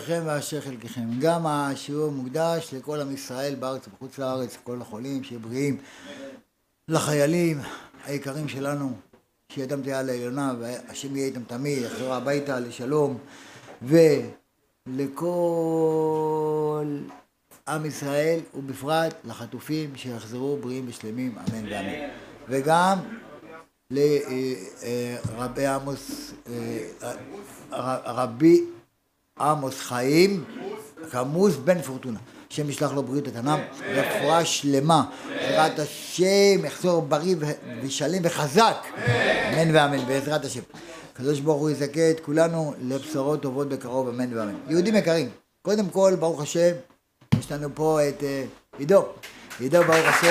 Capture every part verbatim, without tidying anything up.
לכם ואשר חלקכם. גם השיעור מוקדש לכל עם ישראל בארץ ובחוץ לארץ, כל החולים שיהיו בריאים, לחיילים היקרים שלנו, שידם תהיה על העליונה והשם יהיה איתם תמיד, יחזרו הביתה לשלום, ולכל עם ישראל ובפרט לחטופים שיחזרו בריאים ושלמים, אמן ואמן. וגם לרבי עמוס, רבי עמוס חיים כמוס בן פורטונה, השם ישלח לו בריאות איתנה, רפואה שלמה, בעזרת השם יחזור בריא ושלם וחזק, אמן ואמן, בעזרת השם. הקדוש ברוך הוא יזכה את כולנו לבשורות טובות בקרוב, אמן ואמן. יהודים יקרים, קודם כל ברוך השם, יש לנו פה את עידו, עידו ברוך השם,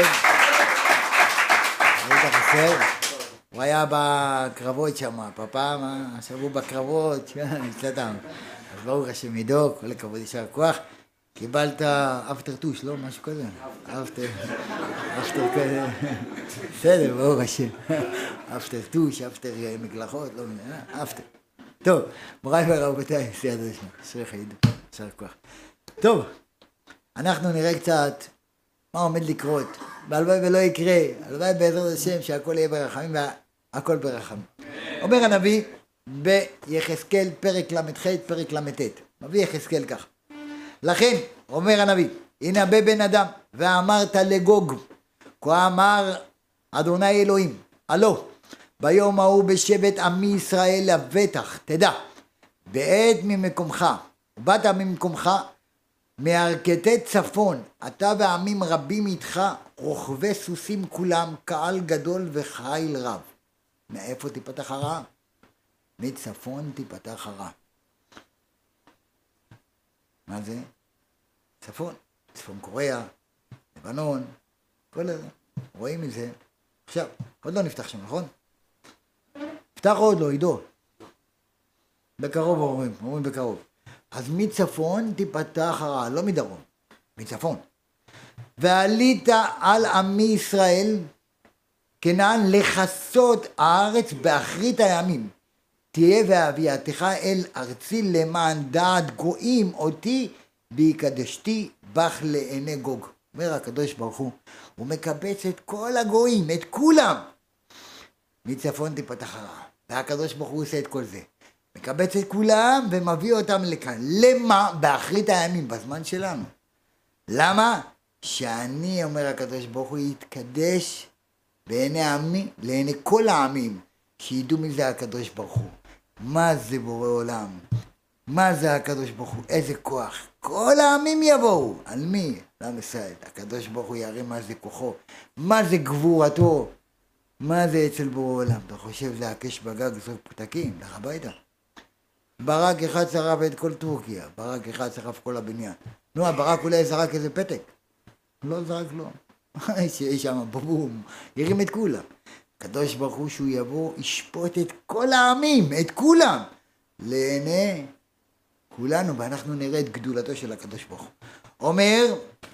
היית חסר, הוא היה בקרבות שם, פאפה, שבו בקרבות, נצלתם. אז ברוך השם עידו, כל הכבוד, יישר כוח. קיבלת אפטר טוש, לא? משהו כזה? אפטר, אפטר כזה. בסדר, ברוך השם. אפטר טוש, אפטר מקלחות, לא מבין, אפטר. טוב, מוריי ורבותיי, סייעת השם, אשריך עידו, יישר כוח. טוב, אנחנו נראה קצת מה עומד לקרות, והלוואי ולא יקרה, הלוואי בעזרת השם שהכל יהיה ברחמים והכל ברחמים. אומר הנביא ביחזקאל פרק למ"ח פרק למ"ט, מביא יחזקאל כך. לכן אומר הנביא, הנה בן אדם ואמרת לגוג, כה אמר אדוני אלוהים, הלא ביום ההוא בשבט עמי ישראל לבטח, תדע, בעת ממקומך, ובאת ממקומך, מהרכתי צפון, אתה ועמים רבים איתך, רוכבי סוסים כולם, קהל גדול וחיל רב. מאיפה תיפתח הרעה? מצפון תיפתח הרעה. מה זה? צפון, צפון קוריאה, לבנון, כל הזה. רואים את זה. עכשיו, עוד לא נפתח שם, נכון? נפתח עוד לא, עידו. בקרוב אומרים, אומרים בקרוב. אז מצפון תיפתח הרעה, לא מדרום, מצפון. ועלית על עמי ישראל, כנען לחסות הארץ באחרית הימים. תהיה והביאתך אל ארצי למען דעת גויים אותי, ויקדשתי בך לעיני גוג. אומר הקדוש ברוך הוא, הוא מקבץ את כל הגויים, את כולם. מצפון תיפתח הרעה. והקדוש ברוך הוא עושה את כל זה. מקבץ את כולם ומביא אותם לכאן. למה? באחרית הימים, בזמן שלנו. למה? שאני, אומר הקדוש ברוך הוא, יתקדש בעיני עמי, לעיני כל העמים, שידעו מי זה הקדוש ברוך הוא. מה זה בורא עולם? מה זה הקדוש ברוך הוא? איזה כוח. כל העמים יבואו. על מי? לעם ישראל. הקדוש ברוך הוא יראה מה זה כוחו. מה זה גבורתו. מה זה אצל בורא עולם? אתה חושב להקש בגג זרוק פתקים? לך הביתה. ברק אחד שרף את כל טורקיה, ברק אחד שרף כל הבניין. נו, הברק אולי זרק איזה פתק. לא זרק לא. שיש שם בבום, ירים את כולם. הקדוש ברוך הוא שהוא יבוא, ישפוט את כל העמים, את כולם, לעיני כולנו, ואנחנו נראה את גדולתו של הקדוש ברוך הוא. אומר,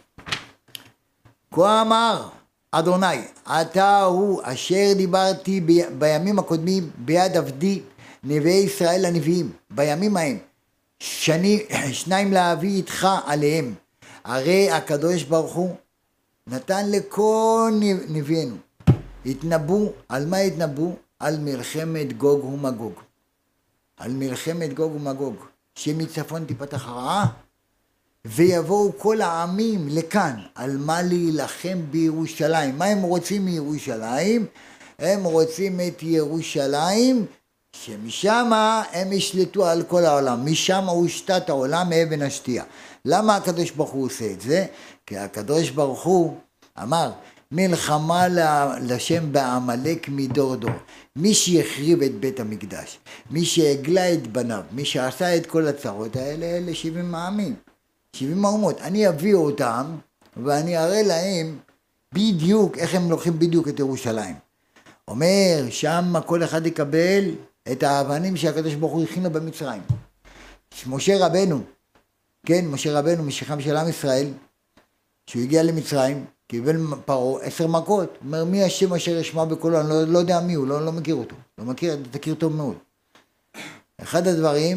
כה אמר אדוני, אתה הוא אשר דיברתי ב- בימים הקודמים ביד עבדי, נביאי ישראל הנביאים, בימים ההם, שני, שניים להביא איתך עליהם. הרי הקדוש ברוך הוא נתן לכל נביאנו, התנבאו, על מה התנבאו? על מלחמת גוג ומגוג. על מלחמת גוג ומגוג, שמצפון תיפתח הרעה, ויבואו כל העמים לכאן, על מה להילחם בירושלים. מה הם רוצים מירושלים? הם רוצים את ירושלים, שמשם הם ישלטו על כל העולם, משם הוא שתת העולם מאבן השתייה. למה הקדוש ברוך הוא עושה את זה? כי הקדוש ברוך הוא אמר, מלחמה לשם בעמלק מדור דור. מי שיחריב את בית המקדש, מי שהגלה את בניו, מי שעשה את כל הצרות האלה, אלה שבעים העמים, שבעים האומות. אני אביא אותם ואני אראה להם בדיוק איך הם לוקחים בדיוק את ירושלים. אומר, שם כל אחד יקבל את האבנים שהקדוש ברוך הוא הכין לו במצרים. משה רבנו, כן, משה רבנו, משיחם של עם ישראל, שהוא הגיע למצרים, קיבל פרעה עשר מכות, אומר, מי השם אשר ישמע בקולו? אני לא, לא יודע מי הוא, לא, לא מכיר אותו, לא מכיר, תכיר טוב מאוד. אחד הדברים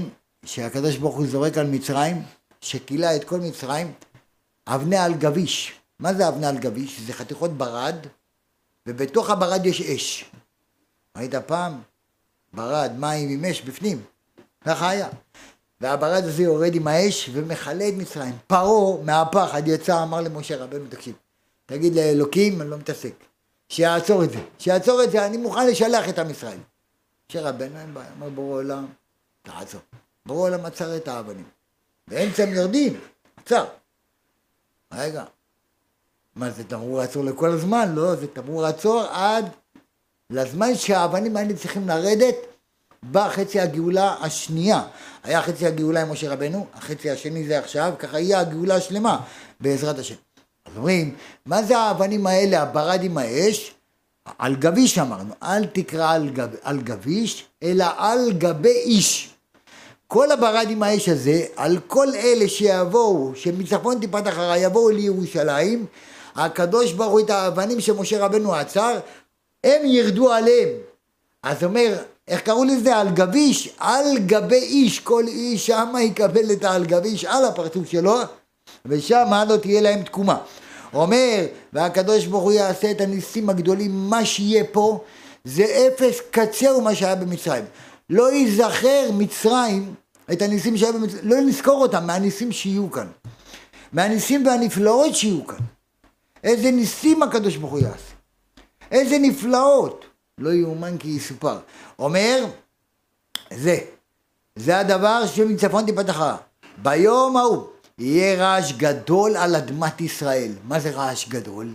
שהקדוש ברוך הוא זורק על מצרים, שקילה את כל מצרים, אבני על גביש. מה זה אבני על גביש? זה חתיכות ברד, ובתוך הברד יש אש. ראית פעם? ברד, מים עם אש בפנים. ככה היה. והברד הזה יורד עם האש ומחלה את מצרים. פרעה מהפחד יצא, אמר למשה רבנו, תקשיב, תגיד לאלוקים, אני לא מתעסק. שיעצור את זה. שיעצור את זה, אני מוכן לשלח את עם ישראל. משה רבנו, אין בעיה, אמר בורא עולם, תעצור. בורא עולם עצר את האבנים. באמצע הם יורדים, עצר. רגע, מה זה תמרור עצור לכל הזמן? לא, זה תמרור עצור עד לזמן שהאבנים האלה צריכים לרדת בחצי הגאולה השנייה. היה חצי הגאולה עם משה רבנו, החצי השני זה עכשיו, ככה יהיה הגאולה השלמה בעזרת השם. אז אומרים, מה זה האבנים האלה, הברד עם האש? על גביש אמרנו, אל תקרא על, גב, על גביש, אלא על גבי איש. כל הברד עם האש הזה, על כל אלה שיבואו, שמצפון טיפת אחרה יבואו לירושלים, הקדוש ברוך הוא את האבנים שמשה רבנו עצר, הם ירדו עליהם. אז אומר, איך קראו לזה? על גביש, על גבי איש, כל איש שמה יקבל את העל גביש על הפרצוף שלו, ושם לא תהיה להם תקומה. אומר, והקדוש ברוך הוא יעשה את הניסים הגדולים, מה שיהיה פה, זה אפס קצר מה שהיה במצרים. לא ייזכר מצרים, את הניסים שהיה במצרים, לא נזכור אותם מהניסים שיהיו כאן. מהניסים והנפלאות שיהיו כאן. איזה ניסים הקדוש ברוך הוא יעשה. איזה נפלאות. לא יאומן כי יסופר. אומר, זה, זה הדבר שמצפון טיפת אחרה. ביום ההוא יהיה רעש גדול על אדמת ישראל. מה זה רעש גדול?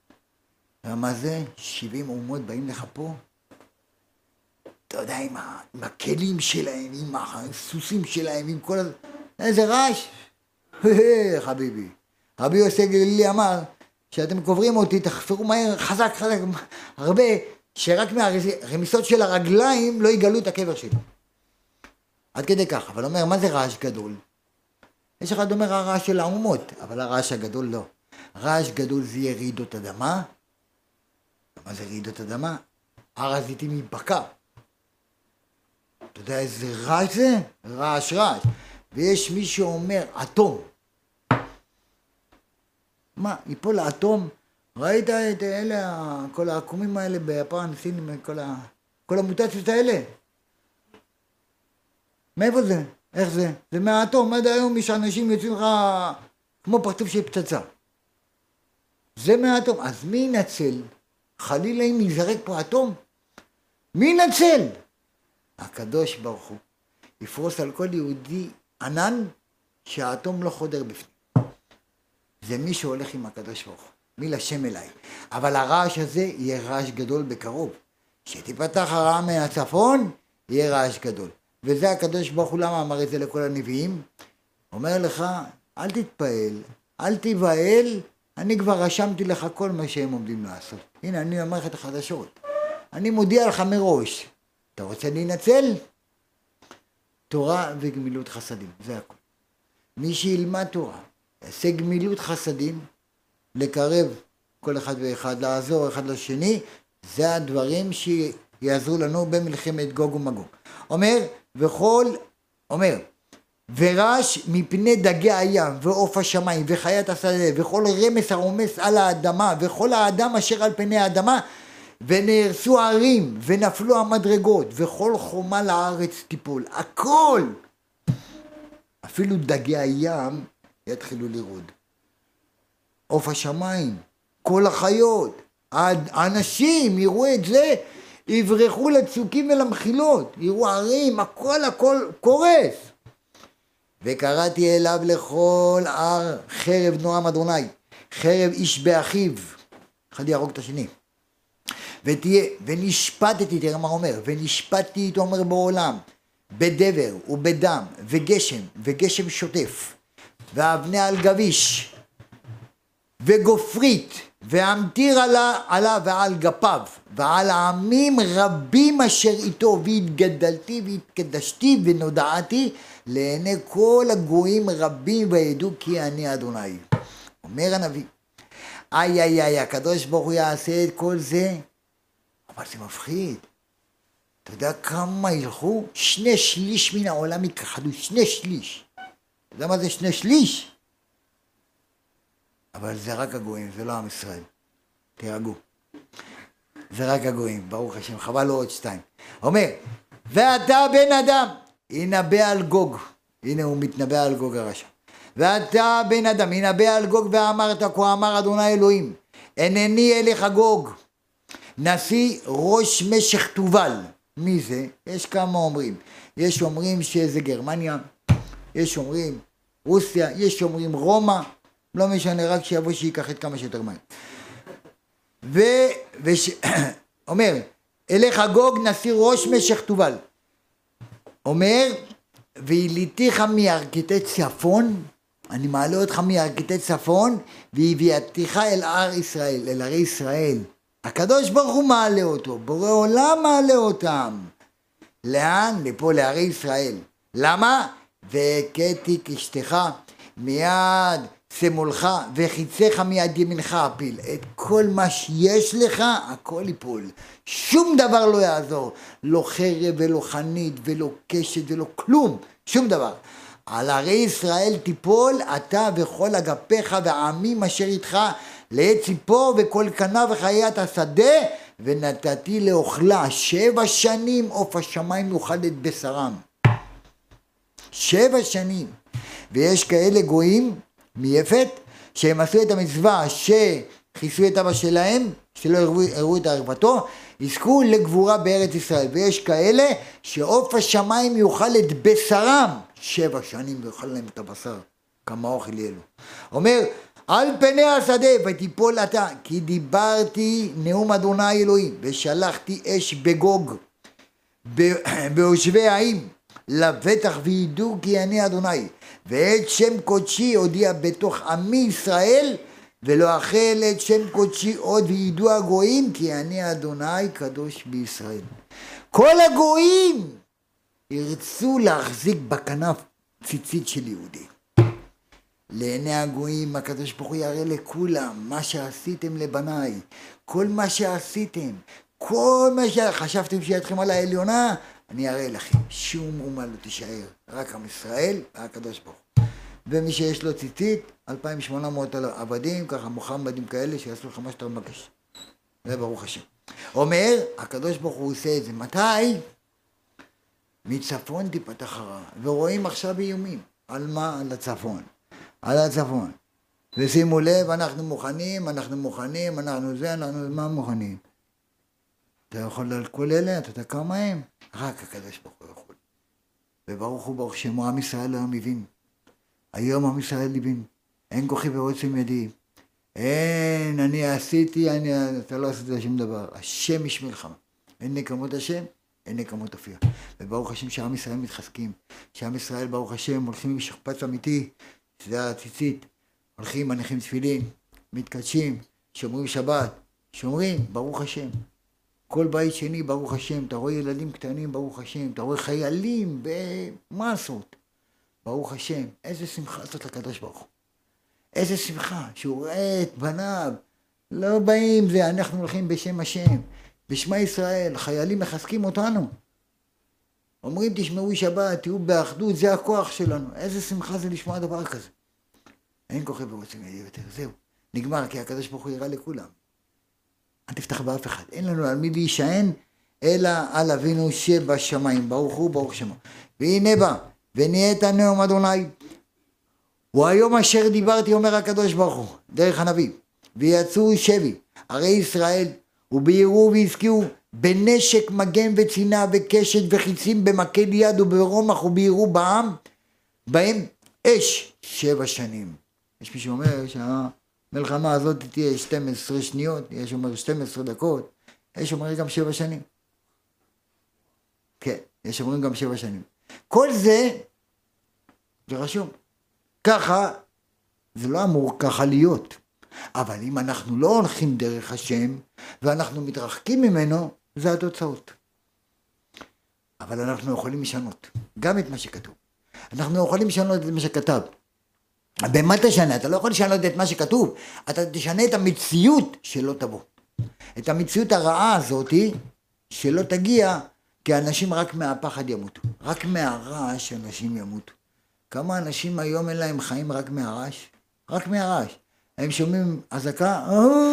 מה זה? שבעים אומות באים לך פה? אתה יודע, עם, ה, עם הכלים שלהם, עם הסוסים שלהם, עם כל... איזה רעש? חביבי. רבי יוסי גלילי אמר, שאתם קוברים אותי, תחפרו מהר, חזק, חזק, הרבה, שרק מהרמיסות של הרגליים לא יגלו את הקבר שלי. עד כדי כך, אבל אומר, מה זה רעש גדול? יש אחד אומר הרעש של האומות, אבל הרעש הגדול לא. רעש גדול זה יהיה רעידות אדמה. מה זה רעידות אדמה? הר הזיתים ייבקע. אתה יודע איזה רעש זה? רעש רעש. ויש מי שאומר אטום. מה, ייפול האטום? ראית את אלה, כל העקומים האלה ביפן, סינים, כל, ה... כל המוטציות האלה? מאיפה זה? איך זה? זה מהאטום. עד היום יש אנשים יוצאים לך כמו פרצוף של פצצה. זה מהאטום. אז מי ינצל? חלילה אם יזרק פה אטום? מי ינצל? הקדוש ברוך הוא יפרוס על כל יהודי ענן שהאטום לא חודר בפנים. זה מי שהולך עם הקדוש ברוך הוא. מי לשם אליי. אבל הרעש הזה יהיה רעש גדול בקרוב. שתיפתח הרעה מהצפון, יהיה רעש גדול. וזה הקדוש ברוך הוא, למה אמר את זה לכל הנביאים? אומר לך, אל תתפעל, אל תיבהל, אני כבר רשמתי לך כל מה שהם עומדים לעשות. הנה, אני אומר לך את החדשות. אני מודיע לך מראש. אתה רוצה להינצל? תורה וגמילות חסדים, זה הכל. מי שילמד תורה, יעשה גמילות חסדים, לקרב כל אחד ואחד, לעזור אחד לשני, זה הדברים שיעזרו לנו במלחמת גוג ומגוג. אומר, וכל, אומר, ורש מפני דגי הים ועוף השמיים וחיית השדה וכל רמס הרומס על האדמה וכל האדם אשר על פני האדמה, ונהרסו הערים ונפלו המדרגות וכל חומה לארץ תיפול. הכל, אפילו דגי הים יתחילו לרעוד. עוף השמיים, כל החיות, האנשים יראו את זה, יברחו לצוקים ולמחילות, יראו ערים, הכל הכל קורס. וקראתי אליו לכל הר חרב נועם אדוני, חרב איש באחיו, אחד יהרוג את השני. ותהיה, ונשפטתי, תראה מה אומר, ונשפטתי איתו, אומר בעולם, בדבר ובדם וגשם, וגשם שוטף, ואבני על גביש, וגופרית, והמטיר עלה, עלה ועל גפיו, ועל העמים רבים אשר איתו, והתגדלתי והתקדשתי ונודעתי לעיני כל הגויים רבים, וידעו כי אני אדוני. אומר הנביא, איי איי איי, הקדוש ברוך הוא יעשה את כל זה, אבל זה מפחיד. אתה יודע כמה ילכו? שני שליש מן העולם יכחדו, שני שליש. אתה יודע מה זה שני שליש? אבל זה רק הגויים, זה לא עם ישראל. תירגעו. זה רק הגויים, ברוך השם, חבל לו עוד שתיים. אומר, ואתה בן אדם, ינבא על גוג. הנה הוא מתנבא על גוג הרשע. ואתה בן אדם, ינבא על גוג ואמרת, כה אמר אדוני אלוהים, אינני אליך גוג, נשיא ראש משך תובל. מי זה? יש כמה אומרים. יש אומרים שזה גרמניה, יש אומרים רוסיה, יש אומרים רומא, לא משנה, רק שיבוא שיקח את כמה שיותר מהר. ו... וש... אומר, אליך גוג נשיא ראש משך תובל. אומר, והעליתיך מירכתי צפון, אני מעלה אותך מירכתי צפון, והביאתיך אל הר ישראל, אל הרי ישראל. הקדוש ברוך הוא מעלה אותו, בורא עולם מעלה אותם. לאן? לפה, להרי ישראל. למה? והכיתי כשתך מיד שמאלך וחיציך מיד ימינך אפיל. את כל מה שיש לך, הכל ייפול. שום דבר לא יעזור. לא חרב ולא חנית ולא קשת ולא כלום. שום דבר. על הרי ישראל תיפול אתה וכל אגפיך והעמים אשר איתך לעת ציפור וכל קנה וחיית השדה, ונתתי לאוכלה שבע שנים עוף השמיים יאכל את בשרם. שבע שנים. ויש כאלה גויים מיפת שהם עשו את המצווה שחיסו את אבא שלהם, שלא הראו, הראו את ערוותו, יזכו לגבורה בארץ ישראל. ויש כאלה שעוף השמיים יאכל את בשרם. שבע שנים יאכל להם את הבשר. כמה אוכל יהיה לו. אומר, על פני השדה ותיפול אתה, כי דיברתי נאום אדוני אלוהים, ושלחתי אש בגוג, ביושבי העם, לבטח וידעו כי אני אדוני, ואת שם קודשי הודיע בתוך עמי ישראל, ולא אכל את שם קודשי עוד וידעו הגויים, כי אני אדוני קדוש בישראל. כל הגויים ירצו להחזיק בכנף ציצית של יהודי. לעיני הגויים הקדוש ברוך הוא יראה לכולם מה שעשיתם לבניי, כל מה שעשיתם, כל מה שחשבתם שידכם על העליונה, אני אראה לכם, שום אומה לא תישאר, רק עם ישראל והקדוש ברוך הוא. ומי שיש לו ציצית, אלפיים ושמונה מאות עבדים, ככה מוחמדים כאלה שיעשו לך מה שאתה מבקש. זה ברוך השם. אומר, הקדוש ברוך הוא עושה את זה. מתי? מצפון תיפתח הרעה, ורואים עכשיו איומים. על מה? על הצפון. על הצפון. ושימו לב, אנחנו מוכנים, אנחנו מוכנים, אנחנו זה, אנחנו מה מוכנים? אתה יכול על כל אלה, אתה יודע כמה הם? רק הקדוש ברוך הוא יכול. וברוך הוא ברוך שמו, עם ישראל לא מבין. היום עם ישראל הבין. אין כוחי ועוצם ידי. אין, אני עשיתי, אני, אתה לא עשית שום דבר. השם יש מלחמה. אין נקמות השם, אין נקמות הופיע. וברוך השם שעם ישראל מתחזקים. שעם ישראל ברוך השם הולכים עם שכפ"ץ אמיתי. שזה הציצית, הולכים, מניחים תפילין, מתקדשים, שומרים שבת, שומרים, ברוך השם. כל בית שני, ברוך השם, אתה רואה ילדים קטנים, ברוך השם, אתה רואה חיילים במסות, ברוך השם. איזה שמחה זאת לקדוש ברוך הוא. איזה שמחה, שהוא רואה את בניו, לא באים זה, אנחנו הולכים בשם השם, בשמה ישראל, חיילים מחזקים אותנו. אומרים תשמעו שבת, תהיו באחדות, זה הכוח שלנו. איזה שמחה זה לשמוע דבר כזה. אין כוחי ורוצים ידי יותר, זהו. נגמר, כי הקדוש ברוך הוא יראה לכולם. אל תפתח באף אחד. אין לנו על מי להישען, אלא על אבינו שבשמיים. ברוך הוא, ברוך שמו. והנה בא, ונהיית נאום אדוני. הוא היום אשר דיברתי, אומר הקדוש ברוך הוא, דרך הנביא. ויצאו שבי, ערי ישראל, וביירו והזכירו, בנשק מגן וצינה וקשת וחיצים במקד יד וברומח וביירו בעם בהם אש שבע שנים. יש מי שאומר שהמלחמה הזאת תהיה שתים עשרה שניות, יש אומר שתים עשרה דקות, יש אומר גם שבע שנים. כן, יש אומרים גם שבע שנים. כל זה, זה רשום. ככה, זה לא אמור ככה להיות. אבל אם אנחנו לא הולכים דרך השם ואנחנו מתרחקים ממנו, זה התוצאות. אבל אנחנו יכולים לשנות גם את מה שכתוב. אנחנו יכולים לשנות את מה שכתב. במה תשנה? אתה לא יכול לשנות את מה שכתוב. אתה תשנה את המציאות שלא תבוא. את המציאות הרעה הזאת שלא תגיע, כי אנשים רק מהפחד ימותו. רק מהרעש אנשים ימותו. כמה אנשים היום אין להם חיים רק מהרעש? רק מהרעש. הם שומעים אזעקה,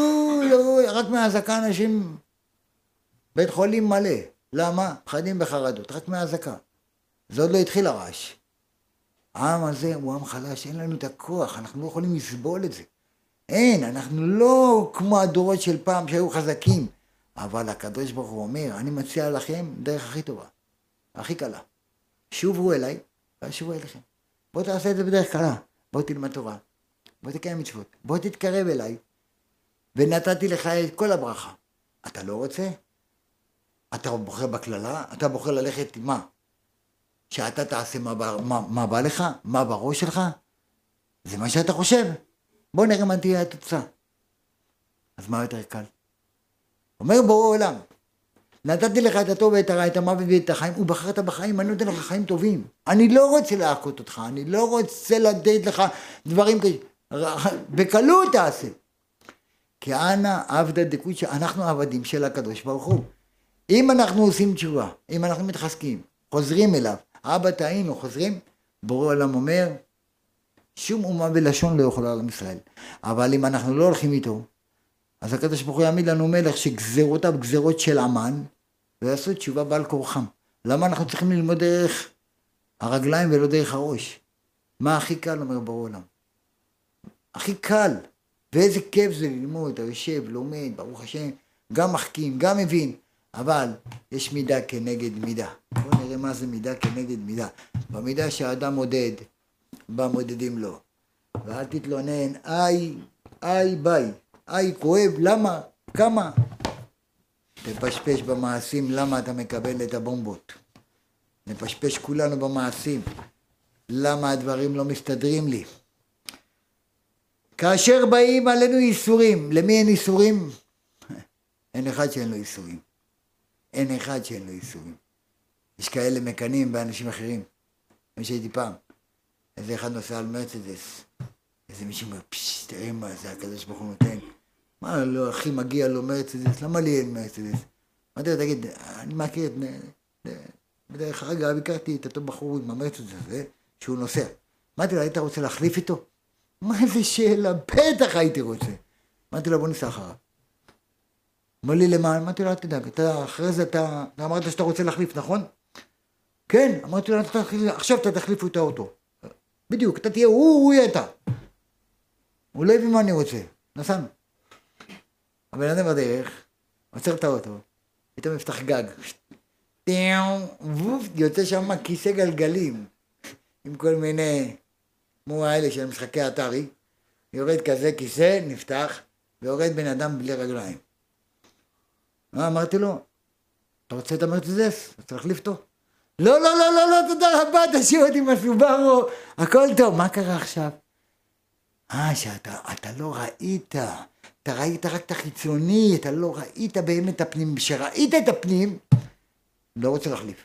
רק מהאזעקה אנשים בית חולים מלא. למה? פחדים בחרדות, רק מהאזעקה. זה עוד לא התחיל הרעש. העם הזה הוא עם חלש, אין לנו את הכוח, אנחנו לא יכולים לסבול את זה. אין, אנחנו לא כמו הדורות של פעם שהיו חזקים. אבל הקדוש ברוך הוא אומר, אני מציע לכם דרך הכי טובה, הכי קלה. שובו אליי, ושובו אליכם. בוא תעשה את זה בדרך קלה, בוא תלמד תורה, בוא תקיים מצוות, בוא תתקרב אליי, ונתתי לך את כל הברכה. אתה לא רוצה? אתה בוחר בכללה? אתה בוחר ללכת מה? שאתה תעשה מה, מה, מה בא לך? מה בראש שלך? זה מה שאתה חושב. בוא נראה מה תהיה התוצאה. אז מה יותר קל? אומר בורא עולם, נתתי לך את הטוב ואת הרע, את המוות ואת החיים, ובחרת בחיים, אני נותן לך חיים טובים. אני לא רוצה להכות אותך, אני לא רוצה לתת לך דברים כאלה. בקלות תעשה. כי אנא עבדא דקודשא, אנחנו עבדים של הקדוש ברוך הוא. אם אנחנו עושים תשובה, אם אנחנו מתחזקים, חוזרים אליו, אבא טעינו, חוזרים, בורא עולם אומר, שום אומה בלשון לא יכולה לעם ישראל. אבל אם אנחנו לא הולכים איתו, אז הקדוש ברוך הוא יעמיד לנו מלך שגזרותיו גזרות של אמן, ויעשו תשובה בעל כורחם. למה אנחנו צריכים ללמוד דרך הרגליים ולא דרך הראש? מה הכי קל, אומר בורא עולם? הכי קל. ואיזה כיף זה ללמוד, אתה יושב, לומד, ברוך השם, גם מחכים, גם מבין. אבל יש מידה כנגד מידה. בואו נראה מה זה מידה כנגד מידה. במידה שהאדם מודד, במודדים לו. ואל תתלונן, איי, איי, ביי. איי, כואב, למה? כמה? תפשפש במעשים, למה אתה מקבל את הבומבות? נפשפש כולנו במעשים. למה הדברים לא מסתדרים לי? כאשר באים עלינו איסורים, למי אין איסורים? אין אחד שאין לו איסורים. אין אחד שאין לו איסורים. יש כאלה מקנים באנשים אחרים. מי שהייתי פעם. איזה אחד נוסע על מרצדס. איזה מישהו אומר, פשש, תראה מה זה, הקדוש ברוך הוא נותן. מה לא, אחי מגיע לו מרצדס, למה לי אין מרצדס? אמרתי לו, תגיד, אני מכיר את... בדרך אגב, הכרתי את אותו בחור עם המרצדס הזה, שהוא נוסע. אמרתי לו, היית רוצה להחליף איתו? מה זה שאלה? בטח הייתי רוצה. אמרתי לו, בוא ניסע אחריו. אמר לי למה? אמרתי לו, אל תדאג, אתה אחרי זה אתה... אתה אמרת שאתה רוצה להחליף, נכון? כן, אמרתי לו, עכשיו אתה תחליף את האוטו. בדיוק, אתה תהיה, הוא, הוא יהיה אתה. הוא לא הבין מה אני רוצה. נסענו. הבן אדם בדרך, עוצר את האוטו, פתאום יפתח גג. ווף, יוצא שם כיסא גלגלים, עם כל מיני, כמו האלה של משחקי אתרי, יורד כזה כיסא, נפתח, ויורד בן אדם בלי רגליים. מה אמרתי לו? אתה רוצה את המרצדס? אתה להחליף אותו? לא, לא, לא, לא, לא, תודה רבה, תשאיר אותי מסוברו, הכל טוב. מה קרה עכשיו? אה, שאתה אתה לא ראית, אתה ראית רק את החיצוני, אתה לא ראית באמת את הפנים. כשראית את הפנים, לא רוצה להחליף.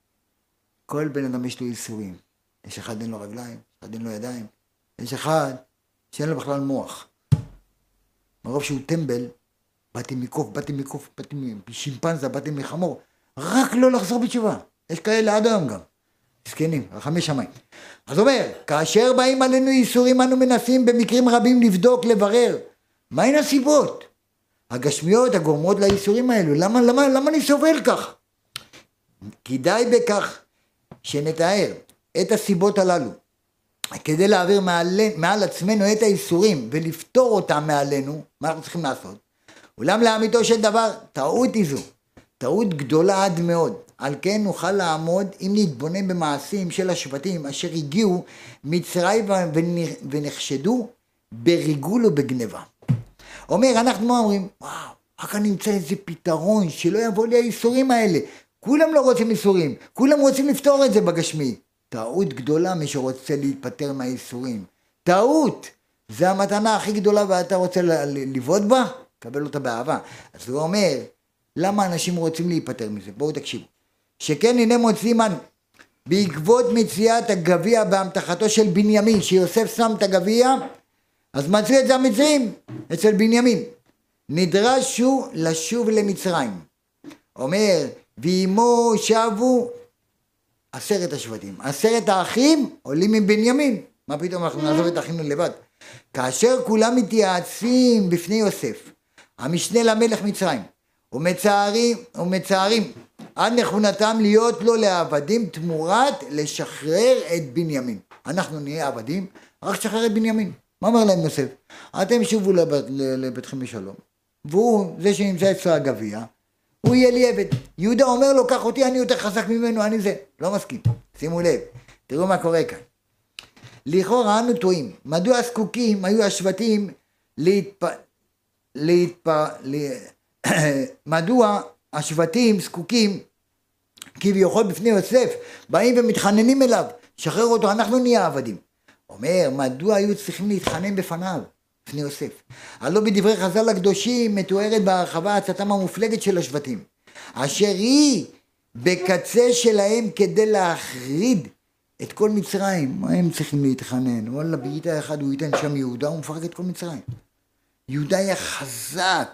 כל בן אדם יש לו איסורים. יש אחד אין לו רגליים, אחד אין לו ידיים. יש אחד שאין לו בכלל מוח. מרוב שהוא טמבל, באתי מקוף, באתי מקוף, באתי משימפנזה, באתי מחמור. רק לא לחזור בתשובה. יש כאלה עד היום גם. מסכנים, רחמי שמיים. אז אומר, כאשר באים עלינו איסורים, אנו מנסים במקרים רבים לבדוק, לברר. מהן הסיבות? הגשמיות הגורמות לאיסורים האלו. למה, למה, למה אני סובל כך? כדאי בכך שנתאר את הסיבות הללו, כדי להעביר מעל, מעל עצמנו את האיסורים ולפתור אותם מעלינו, מה אנחנו צריכים לעשות? אולם לאמיתו של דבר, טעות היא זו. טעות גדולה עד מאוד. על כן נוכל לעמוד אם נתבונן במעשים של השבטים אשר הגיעו מצרים ונחשדו בריגול ובגנבה. אומר, אנחנו אומרים, וואו, רק אני אמצא איזה פתרון שלא יבוא לי האיסורים האלה. כולם לא רוצים איסורים, כולם רוצים לפתור את זה בגשמי. טעות גדולה מי שרוצה להתפטר מהאיסורים. טעות! זה המתנה הכי גדולה ואתה רוצה לבעוט בה? קבל אותה באהבה. אז הוא אומר, למה אנשים רוצים להיפטר מזה? בואו תקשיבו. שכן הנה מוצאים אנו, בעקבות מציאת הגביע בהמתחתו של בנימין, שיוסף שם את הגביע, אז מצאו את זה המצרים, אצל בנימין. נדרשו לשוב למצרים. אומר, ועמו שבו עשרת השבטים. עשרת האחים עולים מבנימין. מה פתאום אנחנו נעזוב את אחינו לבד? כאשר כולם מתייעצים בפני יוסף, המשנה למלך מצרים, ומצערים, ומצערים עד נכונתם להיות לו לעבדים תמורת לשחרר את בנימין. אנחנו נהיה עבדים, רק שחרר את בנימין. מה אומר להם יוסף? אתם שובו לבת, לביתכם בשלום, והוא, זה שנמצא אצלו הגביע, הוא יהיה לי עבד. יהודה אומר לו, קח אותי, אני יותר חזק ממנו, אני זה. לא מסכים. שימו לב, תראו מה קורה כאן. לכאורה אנו טועים. מדוע הזקוקים היו השבטים להתפ... להתפ... מדוע השבטים זקוקים כביכול בפני יוסף, באים ומתחננים אליו, שחרר אותו, אנחנו נהיה עבדים. אומר, מדוע היו צריכים להתחנן בפניו, בפני יוסף? הלא בדברי חז"ל הקדושים מתוארת בהרחבה הצאתם המופלגת של השבטים, אשר היא בקצה שלהם כדי להחריד את כל מצרים. מה הם צריכים להתחנן? וואלה, בעיטה אחד הוא ייתן שם יהודה, הוא מפרק את כל מצרים. יהודה היה חזק.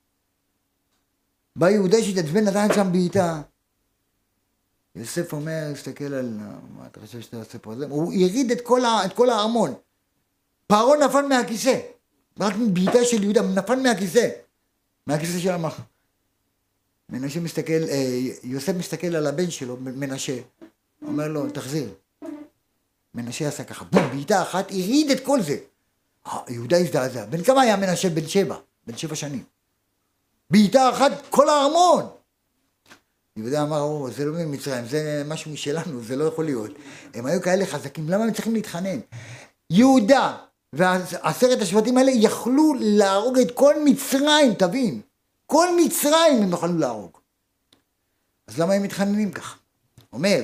בא יהודה שהתעצבן, נתן שם בעיטה. יוסף אומר, הסתכל על מה אתה חושב שאתה עושה פה? הוא יריד את כל, ה... את כל הארמון. פרעה נפל מהכיסא. רק מבעיטה של יהודה, נפל מהכיסא. מהכיסא של המח. מנשה מסתכל, יוסף מסתכל על הבן שלו, מנשה. אומר לו, תחזיר. מנשה עשה ככה, בום, בעיטה אחת, יריד את כל זה. יהודה הזדעזע. בן כמה היה מנשה? בן שבע. בן שבע שנים. בעיטה אחת, כל הארמון. יהודה אמר, או, זה לא ממצרים, זה משהו משלנו, זה לא יכול להיות. הם היו כאלה חזקים, למה הם צריכים להתחנן? יהודה ועשרת השבטים האלה יכלו להרוג את כל מצרים, תבין. כל מצרים הם יכלו להרוג. אז למה הם מתחננים כך? אומר,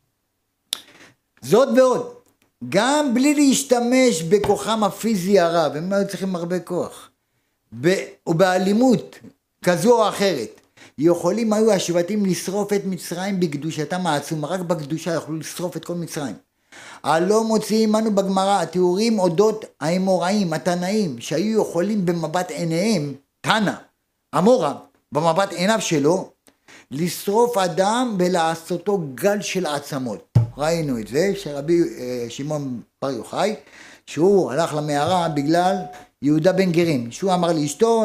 זאת ועוד, גם בלי להשתמש בכוחם הפיזי הרב, הם היו צריכים הרבה כוח, ובאלימות כזו או אחרת, יכולים היו השבטים לשרוף את מצרים בקדושתם העצומה, רק בקדושה יכלו לשרוף את כל מצרים. הלא מוציאים אנו בגמרא התיאורים אודות האמוראים, התנאים, שהיו יכולים במבט עיניהם, תנא, אמורה, במבט עיניו שלו, לשרוף אדם ולעשותו גל של עצמות. ראינו את זה, שרבי שמעון בר יוחאי, שהוא הלך למערה בגלל יהודה בן גרים, שהוא אמר לאשתו,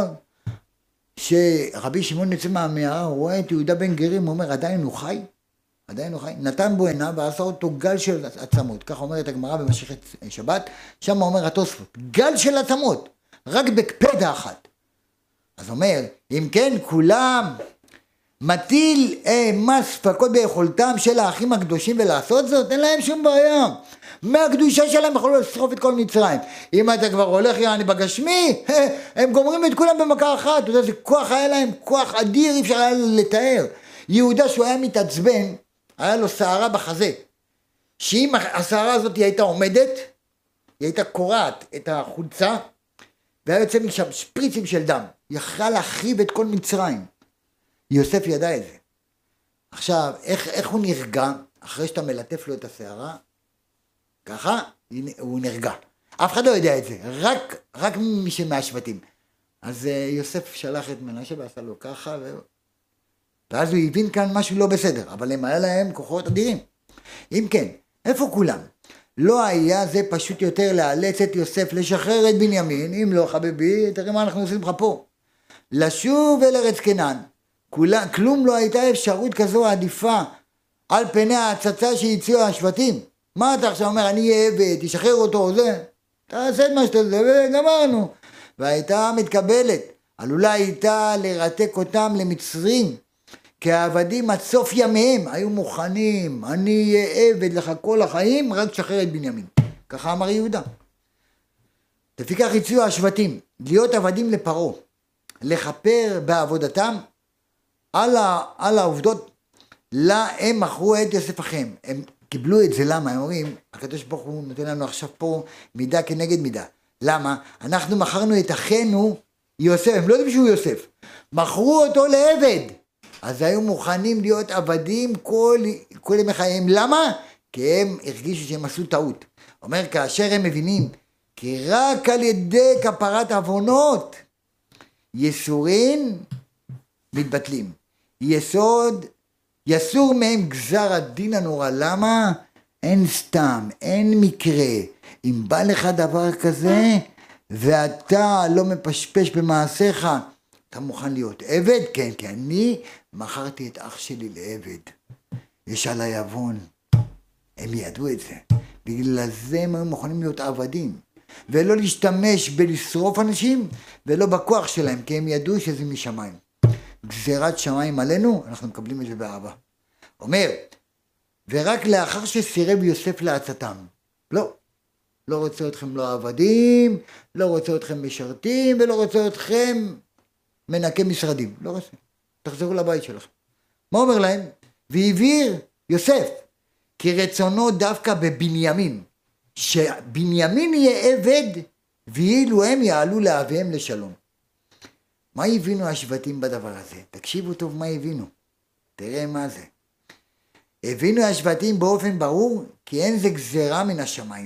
שרבי שמעון יצא מהמערה, הוא רואה את יהודה בן גרים, הוא אומר, עדיין הוא חי? עדיין הוא חי? נתן בו עיניו ועשה אותו גל של עצמות, כך אומרת הגמרא במסכת שבת, שם אומר התוספות, גל של עצמות, רק בקפדה אחת. אז אומר, אם כן כולם מטיל אה, מס פקוד ביכולתם של האחים הקדושים ולעשות זאת, אין להם שום בעיה. מהקדושה שלהם יכולו לשרוף את כל מצרים. אם אתה כבר הולך יעני בגשמי, הם גומרים את כולם במכה אחת. אתה יודע, זה כוח היה להם, כוח אדיר, אי אפשר היה לתאר. יהודה שהוא היה מתעצבן, היה לו שערה בחזה. שאם השערה הזאת היא הייתה עומדת, היא הייתה קורעת את החולצה, והיה יוצא משם שפריצים של דם. יכל להחריב את כל מצרים. יוסף ידע את זה. עכשיו, איך, איך הוא נרגע? אחרי שאתה מלטף לו את השערה, ככה, הוא נרגע. אף אחד לא יודע את זה, רק, רק מי שמהשבטים. אז יוסף שלח את מנשה ועשה לו ככה, ו... ואז הוא הבין כאן משהו לא בסדר, אבל הם היה להם כוחות אדירים. אם כן, איפה כולם? לא היה זה פשוט יותר לאלץ את יוסף לשחרר את בנימין, אם לא חביבי, תראה מה אנחנו עושים לך פה. לשוב אל ארץ כנען. כולה, כלום לא הייתה אפשרות כזו עדיפה על פני ההצצה שהציעו השבטים. מה אתה עכשיו אומר, אני אהיה עבד, תשחרר אותו, זה, תעשה את מה שאתה זה, וגמרנו. והייתה מתקבלת, עלולה הייתה לרתק אותם למצרים, כי העבדים עד סוף ימיהם היו מוכנים, אני אהיה עבד לך כל החיים, רק תשחרר את בנימין. ככה אמר יהודה. לפיכך הציעו השבטים, להיות עבדים לפרעה, לכפר בעבודתם, על, ה, על העובדות, לה הם מכרו את יוסף אחיהם. הם קיבלו את זה, למה? הם אומרים, הקדוש ברוך הוא נותן לנו עכשיו פה מידה כנגד מידה. למה? אנחנו מכרנו את אחינו יוסף, הם לא יודעים שהוא יוסף. מכרו אותו לעבד. אז היו מוכנים להיות עבדים כל, כל ימי חייהם. למה? כי הם הרגישו שהם עשו טעות. אומר, כאשר הם מבינים, כי רק על ידי כפרת עוונות, יסורין מתבטלים. יסוד יסור מהם גזר הדין הנורא. למה? אין סתם, אין מקרה. אם בא לך דבר כזה, ואתה לא מפשפש במעשיך, אתה מוכן להיות עבד? כן, כי אני מכרתי את אח שלי לעבד. יש עליי עוון. הם ידעו את זה. בגלל זה הם היו מוכנים להיות עבדים. ולא להשתמש בלשרוף אנשים, ולא בכוח שלהם, כי הם ידעו שזה משמיים. גזירת שמיים עלינו, אנחנו מקבלים את זה באהבה. אומר, ורק לאחר שסירב יוסף לעצתם. לא. לא רוצה אתכם לא עבדים, לא רוצה אתכם משרתים, ולא רוצה אתכם מנקי משרדים. לא רוצה. תחזרו לבית שלכם. מה אומר להם? והעביר יוסף, כי רצונו דווקא בבנימין, שבנימין יהיה עבד, ואילו הם יעלו לאביהם לשלום. מה הבינו השבטים בדבר הזה? תקשיבו טוב מה הבינו. תראה מה זה. הבינו השבטים באופן ברור, כי אין זה גזרה מן השמיים.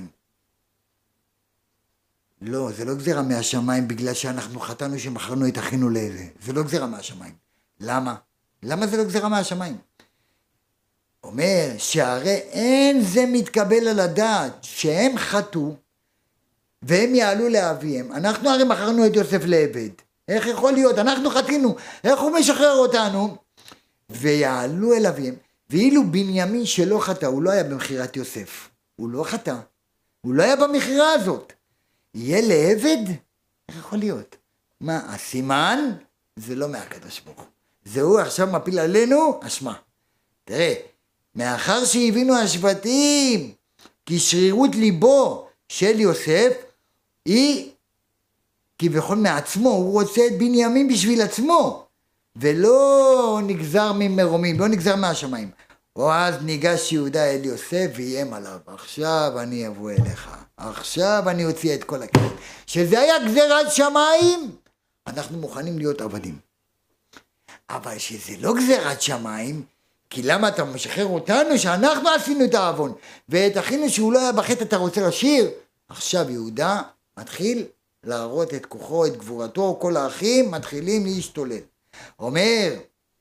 לא, זה לא גזרה מהשמיים בגלל שאנחנו חטאנו שמכרנו את אחינו לזה. זה לא גזרה מהשמיים. למה? למה זה לא גזרה מהשמיים? אומר שהרי אין זה מתקבל על הדעת שהם חטאו והם יעלו לאביהם. אנחנו הרי מכרנו את יוסף לעבד. איך יכול להיות? אנחנו חטאנו. איך הוא משחרר אותנו? ויעלו אל אביהם. ואילו בנימין שלא חטא, הוא לא היה במחירת יוסף. הוא לא חטא. הוא לא היה במחירה הזאת. יהיה לעבד? איך יכול להיות? מה, הסימן? זה לא מהקדוש ברוך הוא. זהו עכשיו מפיל עלינו אשמה. תראה, מאחר שהבינו השבטים כי שרירות ליבו של יוסף היא כביכול מעצמו, הוא רוצה את בנימין בשביל עצמו, ולא נגזר ממרומים, לא נגזר מהשמיים. או אז ניגש יהודה אל יוסף ואיים עליו, עכשיו אני אבוא אליך, עכשיו אני אוציא את כל הכלים. שזה היה גזירת שמיים, אנחנו מוכנים להיות עבדים. אבל שזה לא גזירת שמיים, כי למה אתה משחרר אותנו שאנחנו עשינו את העוון, ואת אחינו שהוא לא היה בחטא אתה רוצה לשיר? עכשיו יהודה מתחיל להראות את כוחו, את גבורתו, כל האחים מתחילים להשתולל. אומר,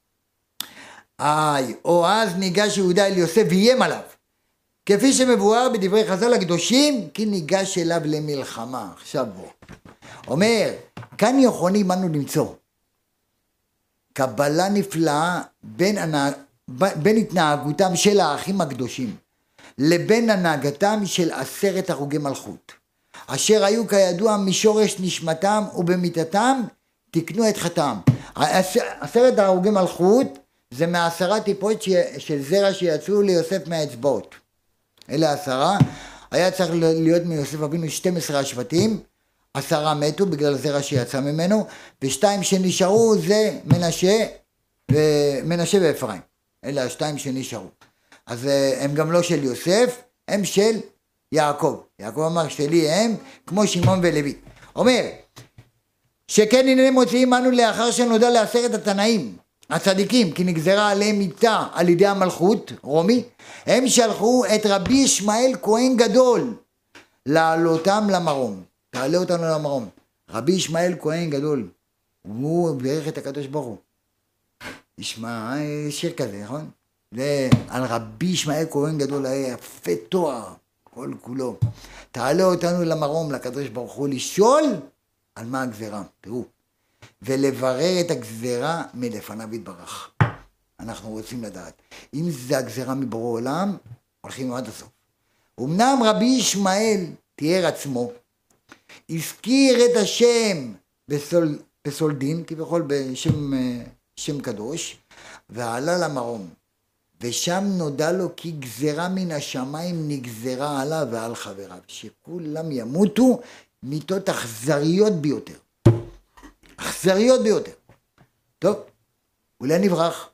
איי, או אז ניגש יהודה אל יוסף ואיים עליו, כפי שמבואר בדברי חז"ל הקדושים, כי ניגש אליו למלחמה. עכשיו בוא. אומר, כאן יכולים אנו למצוא קבלה נפלאה בין, הנ... בין התנהגותם של האחים הקדושים לבין הנהגתם של עשרת הרוגי מלכות, אשר היו כידוע משורש נשמתם ובמיתתם תקנו את חטאם. עשרת הרוגי מלכות זה מעשרה טיפות ש... של זרע שיצאו ליוסף מהאצבעות. אלה עשרה, היה צריך להיות מיוסף אבינו שנים עשר השבטים, עשרה מתו בגלל הזרע שיצא ממנו, ושתיים שנשארו זה מנשה, ומנשה ואפרים. אלה השתיים שנשארו. אז הם גם לא של יוסף, הם של יעקב. יעקב אמר שלי הם כמו שמעון ולוי. אומר, שכן הנה מוציאים אנו לאחר שנודע לעשרת התנאים, הצדיקים, כי נגזרה עליהם מיתה על ידי המלכות, רומי, הם שלחו את רבי ישמעאל כהן גדול, לעלותם למרום. תעלה אותנו למרום. רבי ישמעאל כהן גדול, הוא בירך את הקדוש ברוך הוא. ישמע, שיר כזה, נכון? זה על רבי ישמעאל כהן גדול, היה יפה תואר, כל כולו. תעלה אותנו למרום, לקדוש ברוך הוא, לשאול על מה הגזרה. תראו. ולברר את הגזרה מלפניו יתברך. אנחנו רוצים לדעת. אם זה הגזרה מבורא עולם, הולכים עד הסוף. אמנם רבי ישמעאל תיאר עצמו, הזכיר את השם בסול, בסולדין, כביכול בשם שם קדוש, ועלה למרום. ושם נודע לו כי גזרה מן השמיים נגזרה עליו ועל חבריו, שכולם ימותו מיתות אכזריות ביותר. אכזריות ביותר. טוב, אולי נברח.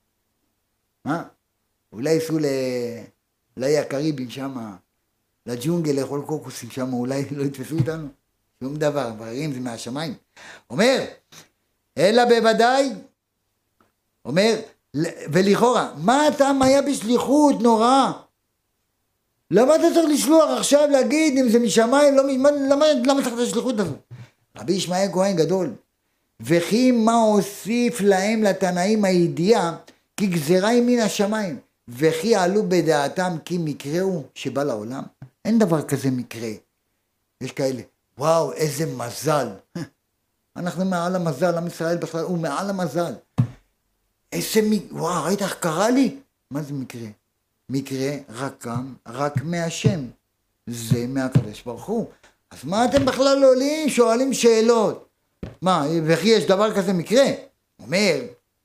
מה? אולי ייסעו ל... לאי הקריבים שם, לג'ונגל, לאכול קוקוסים שם, אולי לא יתפסו איתנו. שום דבר, בררים זה מהשמיים. אומר, אלא בוודאי, אומר, ולכאורה, מה הטעם היה בשליחות נורא? למה אתה צריך לשלוח עכשיו להגיד אם זה משמיים, לא, למה, למה צריך את השליחות הזו? רבי ישמעאל כהן גדול, וכי מה הוסיף להם לתנאים הידיעה כי גזירה היא מן השמיים, וכי עלו בדעתם כי מקרה הוא שבא לעולם. אין דבר כזה מקרה. יש כאלה, וואו, איזה מזל. אנחנו מעל המזל, עם ישראל בכלל, הוא מעל המזל. איזה, וואו, ראית איך קרה לי? מה זה מקרה? מקרה רק כאן, רק מהשם. זה מהקדוש ברוך הוא. אז מה אתם בכלל עולים? שואלים שאלות. מה, וכי יש דבר כזה מקרה? אומר,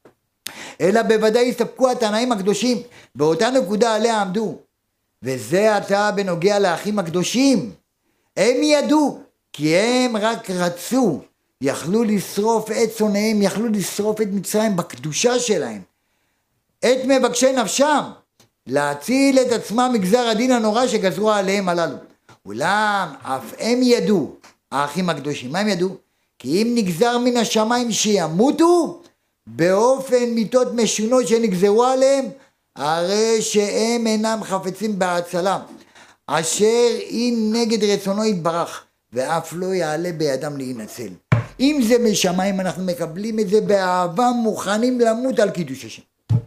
אלא בוודאי הסתפקו התנאים הקדושים, באותה נקודה עליה עמדו. וזה עתה בנוגע לאחים הקדושים. הם ידעו, כי הם רק רצו, יכלו לשרוף את צונאיהם, יכלו לשרוף את מצרים בקדושה שלהם. את מבקשי נפשם, להציל את עצמם מגזר הדין הנורא שגזרו עליהם הללו. אולם אף הם ידעו, האחים הקדושים, מה הם ידעו? כי אם נגזר מן השמיים שימותו, באופן מיתות משונות שנגזרו עליהם, הרי שהם אינם חפצים בהצלה, אשר אם נגד רצונו יתברך, ואף לא יעלה בידם להינצל. אם זה משמיים, אנחנו מקבלים את זה באהבה, מוכנים למות על קידוש השם.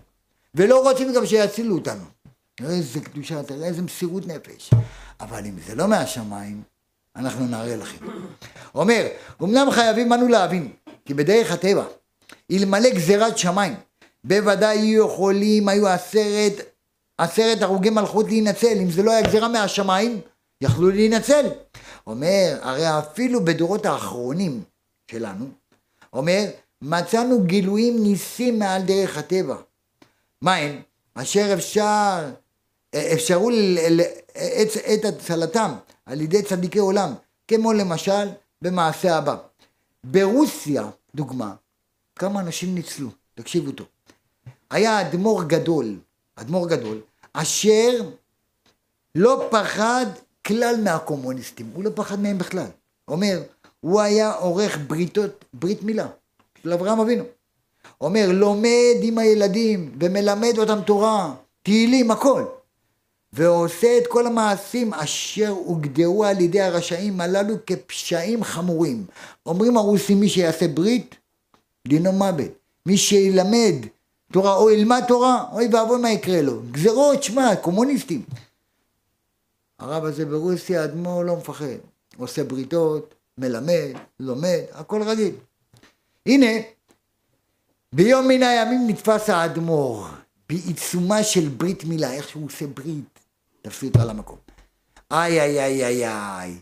ולא רוצים גם שיצילו אותנו. איזה קדושה, תראה איזה מסירות נפש. אבל אם זה לא מהשמיים, אנחנו נראה לכם. אומר, אמנם חייבים אנו להבין, כי בדרך הטבע, אלמלא גזירת שמיים, בוודאי יהיו יכולים, היו עשרת, עשרת הרוגי מלכות להינצל. אם זה לא היה גזירה מהשמיים, יכלו להינצל. אומר, הרי אפילו בדורות האחרונים שלנו, אומר, מצאנו גילויים ניסים מעל דרך הטבע. מה הם? אשר אפשר, אפשרו את, את הצלתם על ידי צדיקי עולם, כמו למשל במעשה הבא. ברוסיה, דוגמה, כמה אנשים ניצלו, תקשיבו טוב. היה אדמו"ר גדול, אדמו"ר גדול, אשר לא פחד כלל מהקומוניסטים, הוא לא פחד מהם בכלל. אומר, הוא היה עורך בריתות, ברית מילה, של אברהם אבינו. אומר, לומד עם הילדים ומלמד אותם תורה, תהילים, הכל. ועושה את כל המעשים אשר הוגדרו על ידי הרשעים הללו כפשעים חמורים. אומרים הרוסים, מי שיעשה ברית, דינו מוות. מי שילמד תורה או ילמד תורה, אוי ואבוי מה יקרה לו. גזרות, שמע, קומוניסטים. הרב הזה ברוסיה, אדמו"ר לא מפחד. עושה בריתות, מלמד, לומד, הכל רגיל. הנה, ביום מן הימים נתפס האדמו"ר, בעיצומה של ברית מילה, איך שהוא עושה ברית, תפסו אותה למקום. איי, איי, איי, איי, איי.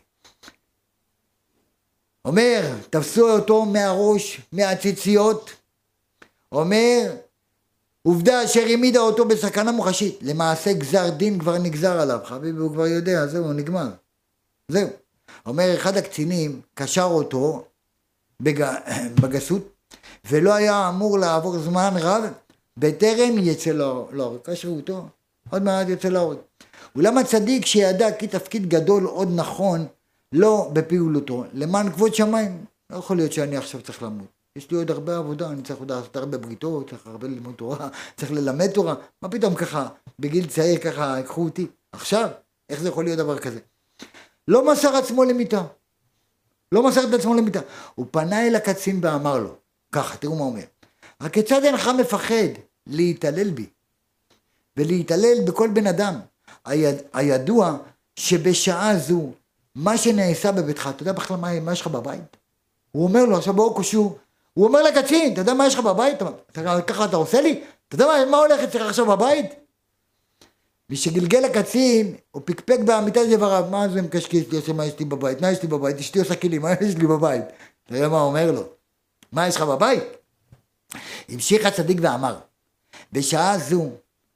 אומר, תפסו אותו מהראש, מהציציות, אומר, עובדה אשר העמידה אותו בסכנה מוחשית, למעשה גזר דין כבר נגזר עליו, חביבי הוא כבר יודע, זהו, נגמר. זהו. אומר, אחד הקצינים קשר אותו בג... בגסות, ולא היה אמור לעבור זמן רב, בטרם יצא להורג. קשרו אותו, עוד מעט יצא להורג. אולם הצדיק שידע כי תפקיד גדול עוד נכון, לא בפעולותו, למען כבוד שמיים. לא יכול להיות שאני עכשיו צריך למות. יש לי עוד הרבה עבודה, אני צריך עוד לעשות הרבה בריתות, צריך הרבה ללמוד תורה, צריך ללמד תורה. מה פתאום ככה, בגיל צעיר ככה, יקחו אותי? עכשיו, איך זה יכול להיות דבר כזה? לא מסר עצמו למיטה. לא מסר את עצמו למיטה. הוא פנה אל הקצין ואמר לו, ככה, תראו מה אומר. הכיצד אינך מפחד להתעלל בי, ולהתעלל בכל בן אדם, היד, הידוע שבשעה זו, מה שנעשה בביתך, אתה יודע בכלל מה, מה יש לך בבית? הוא אומר לו, עכשיו בואו קשור, הוא אומר לקצין, אתה יודע מה יש לך בבית? אתה, ככה אתה עושה לי? אתה יודע מה, מה הולך אצלך עכשיו בבית? ושגלגל הקצין, הוא פקפק בעמיתת דבריו, מה זה מקשקש לי, עושה מה יש לי בבית? מה יש לי בבית? אשתי עושה כלים, מה יש לי בבית? תראה מה הוא אומר לו, מה יש לך בבית? המשיך הצדיק ואמר, בשעה זו,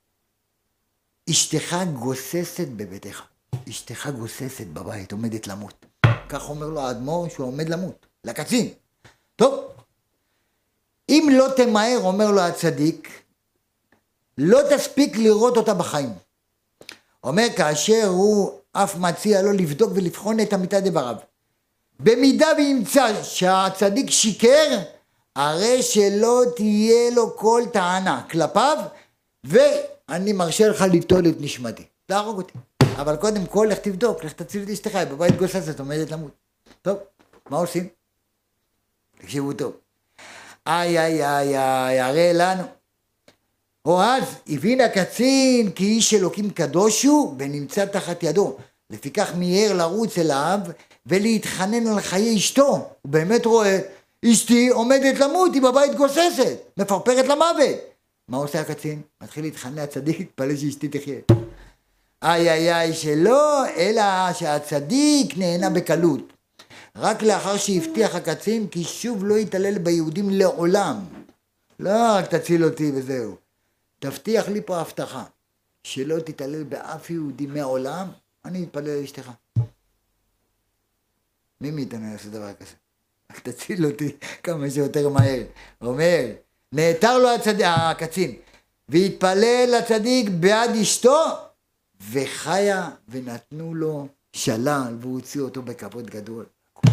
אשתך גוססת בביתך, אשתך גוססת בבית, עומדת למות. כך אומר לו האדמו"ר שהוא עומד למות, לקצין. טוב, אם לא תמהר, אומר לו הצדיק, לא תספיק לראות אותה בחיים. אומר, כאשר הוא אף מציע לו לבדוק ולבחון את אמיתת דבריו. במידה וימצא שהצדיק שיקר, הרי שלא תהיה לו כל טענה כלפיו, ואני מרשה לך ליטול את נשמתי. להרוג אותי. אבל קודם כל, לך תבדוק, לך תציל את אשתך, בבית גוססת, עומדת למות. טוב, מה עושים? תקשיבו טוב. איי, איי, איי, איי, הרי לנו. או אז הבין הקצין כי איש אלוקים קדוש הוא ונמצא תחת ידו. לפיכך מיהר לרוץ אליו ולהתחנן על חיי אשתו. הוא באמת רואה, אשתי עומדת למות, היא בבית גוססת, מפרפרת למוות. מה עושה הקצין? מתחיל להתחנן לצדיק, התפלל שאשתי תחיה. איי איי איי שלא, אלא שהצדיק נהנה בקלות. רק לאחר שהבטיח הקצין כי שוב לא יתעלל ביהודים לעולם. לא רק תציל אותי וזהו. תבטיח לי פה הבטחה, שלא תתעלל באף יהודי מעולם, אני אתפלל על אשתך. מי מאיתנו יעשה דבר כזה? רק תציל אותי כמה שיותר מהר. אומר, נעתר לו הצדיק, הקצין, והתפלל לצדיק בעד אשתו, וחיה ונתנו לו שלל, והוציאו אותו בכבוד גדול.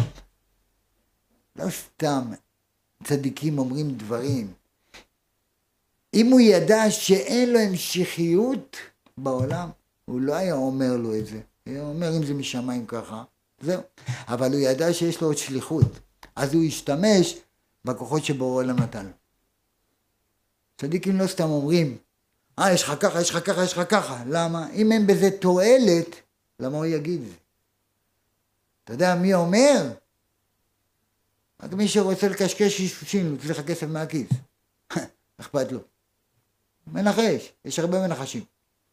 לא סתם צדיקים אומרים דברים. אם הוא ידע שאין לו המשכיות בעולם, הוא לא היה אומר לו את זה. הוא היה אומר אם זה משמיים ככה, זהו. אבל הוא ידע שיש לו עוד שליחות. אז הוא השתמש בכוחות שבורא עולם נתן לו. צדיקים לא סתם אומרים, אה, יש לך ככה, יש לך ככה, יש לך ככה. למה? אם אין בזה תועלת, למה הוא יגיד זה? אתה יודע מי אומר? רק מי שרוצה לקשקש אישושין, הוא צריך כסף מהכיס. אכפת לו. מנחש, יש הרבה מנחשים.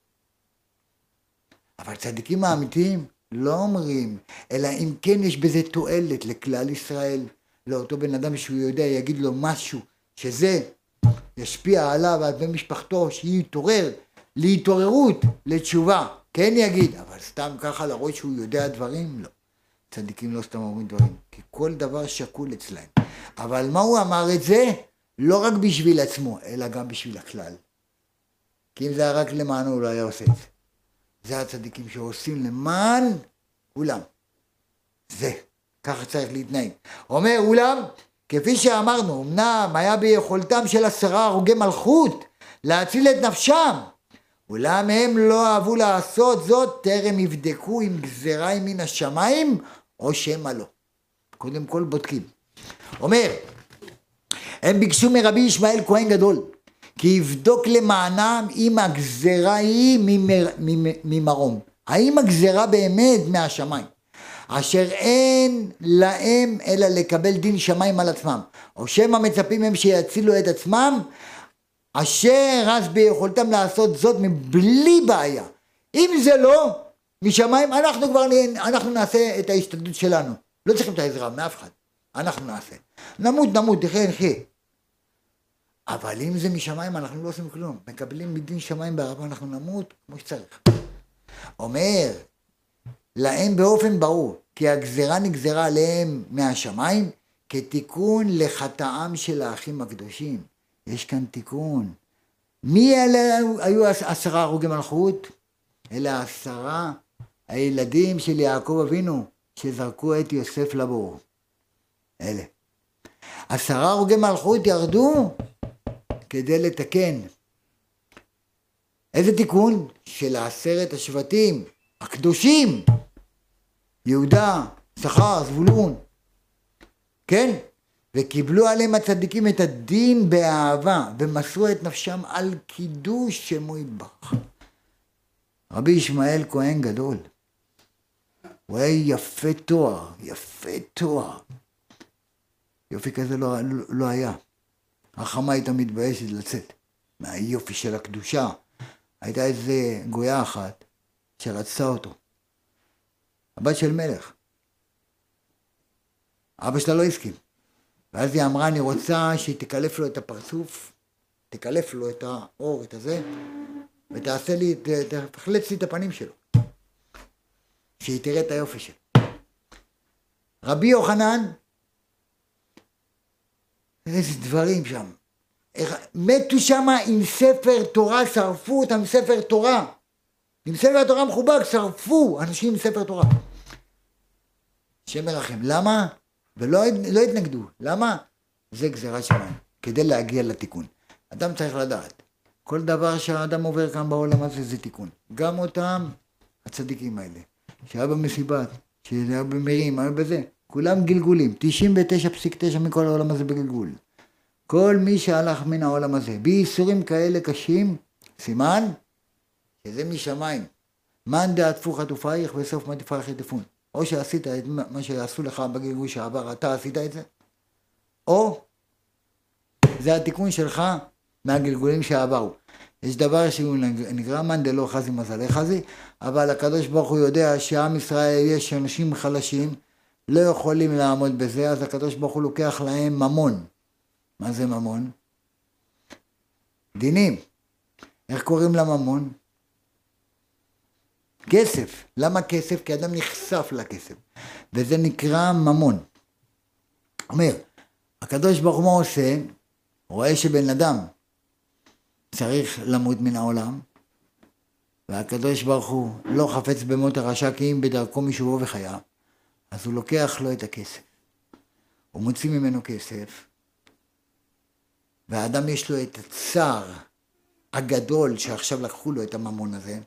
אבל צדיקים האמיתיים לא אומרים, אלא אם כן יש בזה תועלת לכלל ישראל, לאותו בן אדם שהוא יודע, יגיד לו משהו, שזה ישפיע עליו ועל בן משפחתו, שיתעורר להתעוררות, לתשובה. כן יגיד, אבל סתם ככה להראות שהוא יודע דברים? לא. צדיקים לא סתם אומרים דברים, כי כל דבר שקול אצלהם. אבל מה הוא אמר את זה? לא רק בשביל עצמו, אלא גם בשביל הכלל. כי אם זה היה רק למענו, הוא לא היה עושה את זה. זה הצדיקים שעושים למען כולם. זה, ככה צריך להתנהג. אומר אולם, כפי שאמרנו, אמנם היה ביכולתם של עשרה הרוגי מלכות להציל את נפשם, אולם הם לא אהבו לעשות זאת, טרם יבדקו אם גזירה היא מן השמיים או שמא לא. קודם כל בודקים. אומר, הם ביקשו מרבי ישמעאל כהן גדול, כי יבדוק למענם אם הגזירה היא ממר, ממרום. האם הגזירה באמת מהשמיים, אשר אין להם אלא לקבל דין שמיים על עצמם, או שמא מצפים הם שיצילו את עצמם, אשר אז ביכולתם לעשות זאת מבלי בעיה. אם זה לא משמיים, אנחנו כבר אנחנו נעשה את ההשתדלות שלנו. לא צריכים את העזרה מאף אחד. אנחנו נעשה. נמות, נמות, תחיה, נחיה. אבל אם זה משמיים, אנחנו לא עושים כלום. מקבלים מדין שמיים בערבה, אנחנו נמות כמו שצריך. אומר, להם באופן ברור, כי הגזירה נגזרה עליהם מהשמיים, כתיקון לחטאם של האחים הקדושים. יש כאן תיקון. מי אלה היו עשרה הרוגי מלכות? אלה עשרה הילדים של יעקב אבינו, שזרקו את יוסף לבור. אלה. עשרה הרוגי מלכות ירדו כדי לתקן. איזה תיקון? של עשרת השבטים הקדושים. יהודה, שכר, זבולון. כן? וקיבלו עליהם הצדיקים את הדין באהבה, ומסרו את נפשם על קידוש שמו יתברך. רבי ישמעאל כהן גדול. הוא היה יפה תואר, יפה תואר. יופי כזה לא, לא, לא היה. החמה הייתה מתביישת לצאת מהיופי של הקדושה. הייתה איזה גויה אחת שרצתה אותו. הבת של מלך. אבא שלה לא הסכים. ואז היא אמרה, אני רוצה שהיא תקלף לו את הפרצוף, תקלף לו את האור, את הזה, ותעשה לי, תחלץ לי את הפנים שלו. שהיא תראה את היופי שלו. רבי יוחנן, איזה דברים שם. מתו שם עם ספר תורה, שרפו אותם עם ספר תורה. עם ספר תורה מחובק, שרפו אנשים עם ספר תורה. שם מרחם. למה? ולא לא התנגדו. למה? זה גזירה שלנו, כדי להגיע לתיקון. אדם צריך לדעת. כל דבר שהאדם עובר כאן בעולם הזה זה תיקון. גם אותם הצדיקים האלה, שהיה במסיבת, שהיה במרים, היה בזה, כולם גלגולים. תשעים ותשע נקודה תשע מכל העולם הזה בגלגול. כל מי שהלך מן העולם הזה, בייסורים כאלה קשים, סימן שזה משמיים. מאן דעטפו חטופייך בסוף מטיפייך יטפון. או שעשית את מה שעשו לך בגלגול שעבר, אתה עשית את זה, או זה התיקון שלך מהגלגולים שעברו. יש דבר שהוא נקרא מאן דלא חזי מזלי חזי, אבל הקדוש ברוך הוא יודע שעם ישראל יש אנשים חלשים, לא יכולים לעמוד בזה, אז הקדוש ברוך הוא לוקח להם ממון. מה זה ממון? דינים. איך קוראים לממון? כסף. למה כסף? כי אדם נחשף לכסף. וזה נקרא ממון. אומר, הקדוש ברוך הוא מה עושה? רואה שבן אדם צריך למות מן העולם, והקדוש ברוך הוא לא חפץ במות הרשע כי אם בדרכו משובו וחיה, אז הוא לוקח לו את הכסף. הוא מוציא ממנו כסף, והאדם יש לו את הצער הגדול שעכשיו לקחו לו את הממון הזה.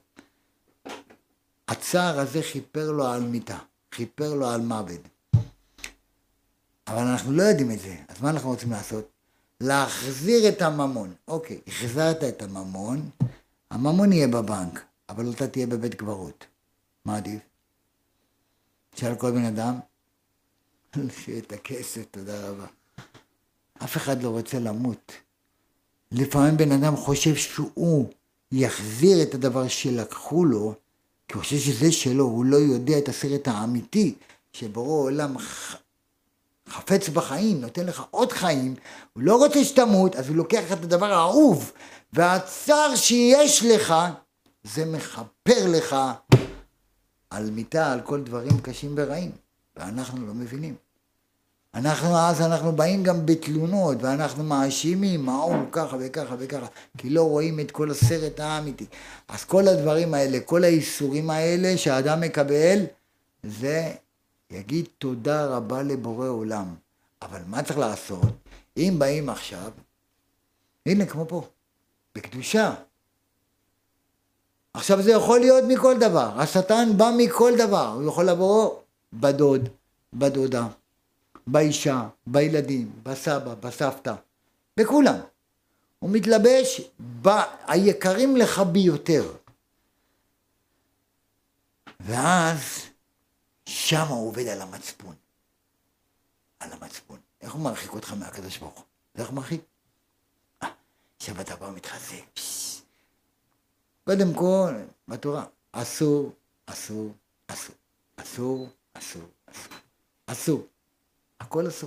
הצער הזה חיפר לו על מיטה, חיפר לו על מוות. אבל אנחנו לא יודעים את זה, אז מה אנחנו רוצים לעשות? להחזיר את הממון. אוקיי, החזרת את הממון, הממון יהיה בבנק, אבל אתה תהיה בבית קברות. מה עדיף? שאל כל בן אדם, שאת הכסף, תודה רבה. אף אחד לא רוצה למות. לפעמים בן אדם חושב שהוא יחזיר את הדבר שלקחו לו, כי הוא חושב שזה שלו, הוא לא יודע את הסרט האמיתי, שבורא עולם חפץ בחיים, נותן לך עוד חיים, הוא לא רוצה שתמות, אז הוא לוקח את הדבר האהוב, והצער שיש לך, זה מחפר לך על מיטה, על כל דברים קשים ורעים, ואנחנו לא מבינים. אנחנו אז אנחנו באים גם בתלונות, ואנחנו מאשימים, מה הוא ככה וככה וככה, כי לא רואים את כל הסרט האמיתי. אז כל הדברים האלה, כל האיסורים האלה שהאדם מקבל, זה יגיד תודה רבה לבורא עולם. אבל מה צריך לעשות? אם באים עכשיו, הנה כמו פה, בקדושה. עכשיו זה יכול להיות מכל דבר, השטן בא מכל דבר, הוא יכול לבוא בדוד, בדודה, באישה, בילדים, בסבא, בסבתא, בכולם. הוא מתלבש ביקרים לך ביותר. ואז שם הוא עובד על המצפון. על המצפון. איך הוא מרחיק אותך מהקדוש ברוך הוא? איך הוא מרחיק? אה, עכשיו אתה בא מתחזק. פש. קודם כל, בתורה, אסור, אסור, אסור. אסור, אסור, אסור. אסור. הכל אסור.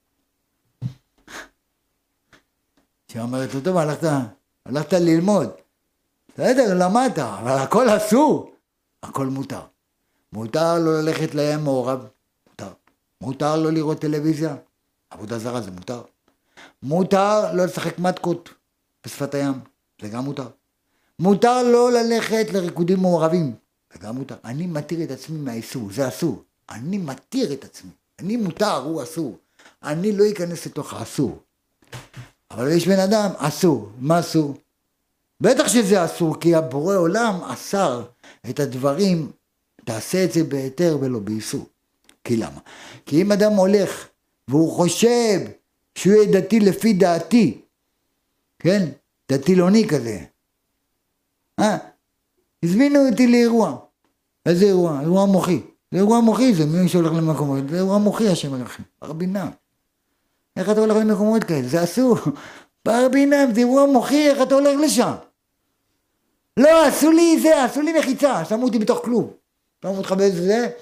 שאומרת לו, טוב, הלכת, הלכת ללמוד. בסדר, למדת, אבל הכל אסור. הכל מותר. מותר לא ללכת לים מעורב, מותר. מותר לא לראות טלוויזיה, עבודה זרה זה מותר. מותר לא לשחק מתקות בשפת הים, זה גם מותר. מותר לא ללכת לריקודים מעורבים, זה גם מותר. אני מתיר את עצמי מהאיסור, זה אסור. אני מתיר את עצמי. אני מותר, הוא אסור. אני לא אכנס לתוך האסור. אבל יש בן אדם, אסור. מה אסור? בטח שזה אסור, כי הבורא עולם אסר את הדברים, תעשה את זה בהיתר ולא באיסור. כי למה? כי אם אדם הולך והוא חושב שהוא יהיה דתי לפי דעתי, כן? דתילוני כזה. אה? הזמינו אותי לאירוע. איזה אירוע? אירוע מוחי. זה אירוע מוחי, זה מי שהולך למקומות, זה אירוע מוחי השם הלכים. ברבינם. איך אתה הולך למקומות כאלה? זה אסור. ברבינם, זה אירוע מוחי, איך אתה הולך לשם? לא, עשו לי זה, עשו לי מחיצה, שמו אותי בתוך כלוב. שמו אותך באיזה זה.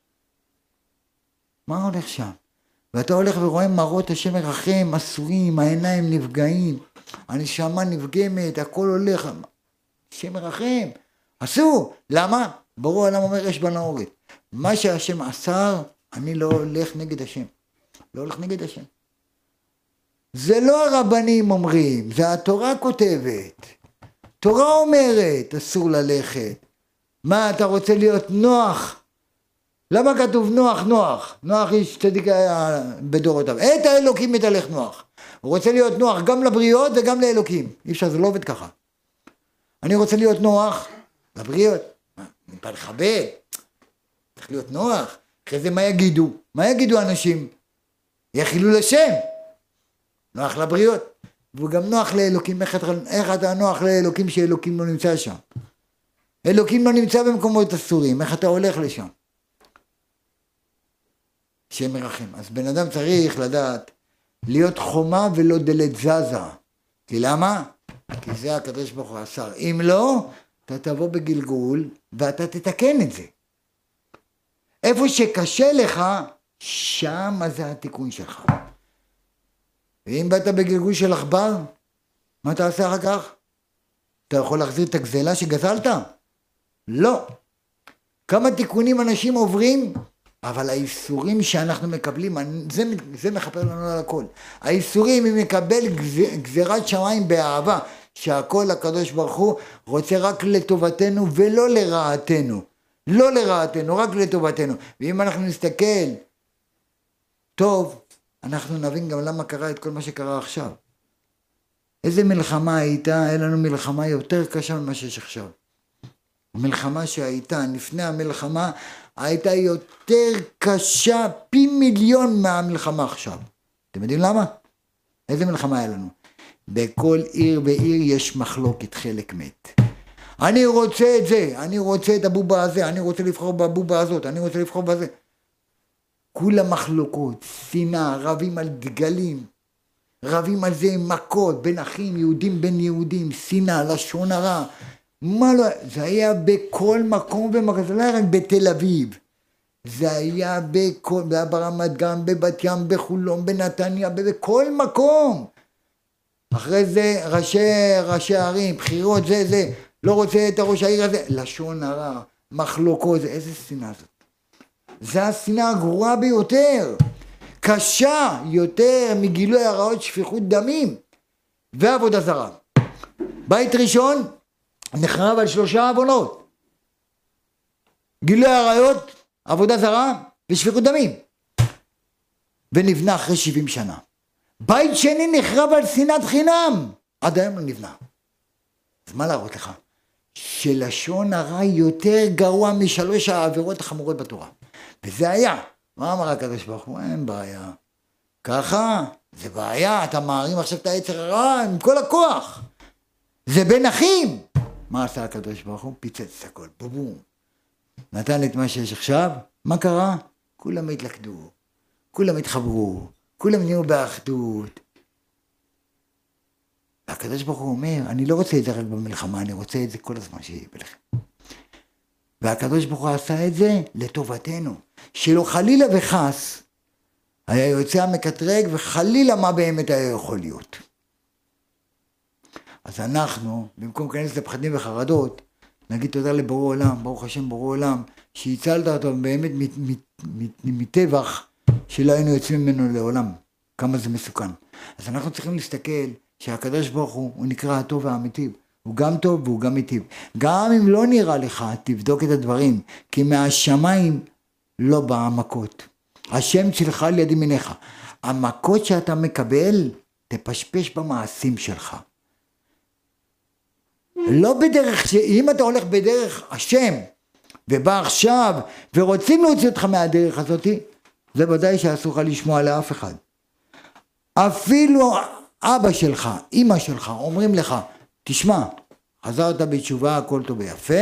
מה הולך שם? ואתה הולך ורואה מראות השם מרחם, אסורים, העיניים נפגעים, הנשמה נפגמת, הכל הולך. השם מרחם. אסור. למה? ברור העולם אומר יש בנאורת. מה שהשם אסר, אני לא הולך נגד השם. לא הולך נגד השם. זה לא הרבנים אומרים, זה התורה כותבת. תורה אומרת, אסור ללכת. מה, אתה רוצה להיות נוח? למה כתוב נוח, נוח? נוח איש צדיק בדורותיו. את האלוקים מתהלך נוח. הוא רוצה להיות נוח גם לבריות וגם לאלוקים. אי אפשר, זה לא עובד ככה. אני רוצה להיות נוח לבריות. מפה לכבד. צריך להיות נוח. אחרי זה מה יגידו? מה יגידו אנשים? יהיה חילול השם. נוח לבריות, והוא גם נוח לאלוקים. איך אתה, איך אתה נוח לאלוקים שאלוקים לא נמצא שם? אלוקים לא נמצא במקומות אסורים, איך אתה הולך לשם? שם מרחם. אז בן אדם צריך לדעת להיות חומה ולא דלת זזה. כי למה? כי זה הקדוש ברוך הוא עשה. אם לא, אתה תבוא בגלגול ואתה תתקן את זה. איפה שקשה לך, שם זה התיקון שלך. ואם באת בגלגול של עכבר, מה אתה עושה אחר כך? אתה יכול להחזיר את הגזלה שגזלת? לא. כמה תיקונים אנשים עוברים, אבל האיסורים שאנחנו מקבלים, זה, זה מחפר לנו על הכל. האיסורים, אם מקבל גזירת שמיים באהבה, שהכל הקדוש ברוך הוא רוצה רק לטובתנו ולא לרעתנו. לא לרעתנו, רק לטובתנו. ואם אנחנו נסתכל טוב, אנחנו נבין גם למה קרה את כל מה שקרה עכשיו. איזה מלחמה הייתה? אין לנו מלחמה יותר קשה ממה שיש עכשיו. המלחמה שהייתה לפני המלחמה הייתה יותר קשה פי מיליון מהמלחמה עכשיו. אתם יודעים למה? איזה מלחמה היה לנו? בכל עיר ועיר יש מחלוקת, חלק מת. אני רוצה את זה, אני רוצה את הבובה הזה, אני רוצה לבחור בבובה הזאת, אני רוצה לבחור בזה. כולה מחלוקות, שנאה, רבים על דגלים, רבים על זה מכות, בין אחים, יהודים בין יהודים, שנאה, לשון הרע. מה לא, זה היה בכל מקום ומקום, זה לא היה רק בתל אביב. זה היה בכל, זה היה ברמת גן, בבת ים, בחולון, בנתניה, בכל מקום. אחרי זה ראשי, ראשי הערים, בחירות, זה, זה, לא רוצה את הראש העיר הזה, לשון הרע, מחלוקות, זה, איזה שנאה זאת? זה השנאה הגרועה ביותר, קשה יותר מגילוי הרעות, שפיכות דמים ועבודה זרה. בית ראשון נחרב על שלושה עוונות, גילוי הרעות, עבודה זרה ושפיכות דמים, ונבנה אחרי שבעים שנה. בית שני נחרב על שנאת חינם, עד היום לא נבנה. אז מה להראות לך? שלשון הרע יותר גרוע משלוש העבירות החמורות בתורה. וזה היה. מה אמר הקדוש ברוך הוא? אין בעיה. ככה, זה בעיה, אתה מערים עכשיו את היצר הרע עם כל הכוח. זה בין אחים. מה עשה הקדוש ברוך הוא? פיצץ את הכל, בובום. נתן לי את מה שיש עכשיו, מה קרה? כולם התלכדו, כולם התחברו, כולם נהיו באחדות. הקדוש ברוך הוא אומר, אני לא רוצה את זה רק במלחמה, אני רוצה את זה כל הזמן שיהיה בלכם. והקדוש ברוך הוא עשה את זה לטובתנו, שלא חלילה וחס היה יוצא המקטרג, וחלילה מה באמת היה יכול להיות. אז אנחנו, במקום להיכנס לפחדים וחרדות, נגיד תודה לבורא עולם, ברוך השם בורא עולם, שהצלת אותו באמת מטבח שלא היינו יוצאים ממנו לעולם. כמה זה מסוכן. אז אנחנו צריכים להסתכל שהקדוש ברוך הוא, הוא נקרא הטוב והאמיתי. הוא גם טוב והוא גם מיטיב. גם אם לא נראה לך, תבדוק את הדברים, כי מהשמיים לא בא המכות. השם צילך על יד ימיניך. המכות שאתה מקבל, תפשפש במעשים שלך. לא בדרך, אם אתה הולך בדרך השם, ובא עכשיו, ורוצים להוציא אותך מהדרך הזאת, זה ודאי שאסור לך לשמוע לאף אחד. אפילו אבא שלך, אמא שלך, אומרים לך, תשמע, חזרת בתשובה, הכל טוב ויפה,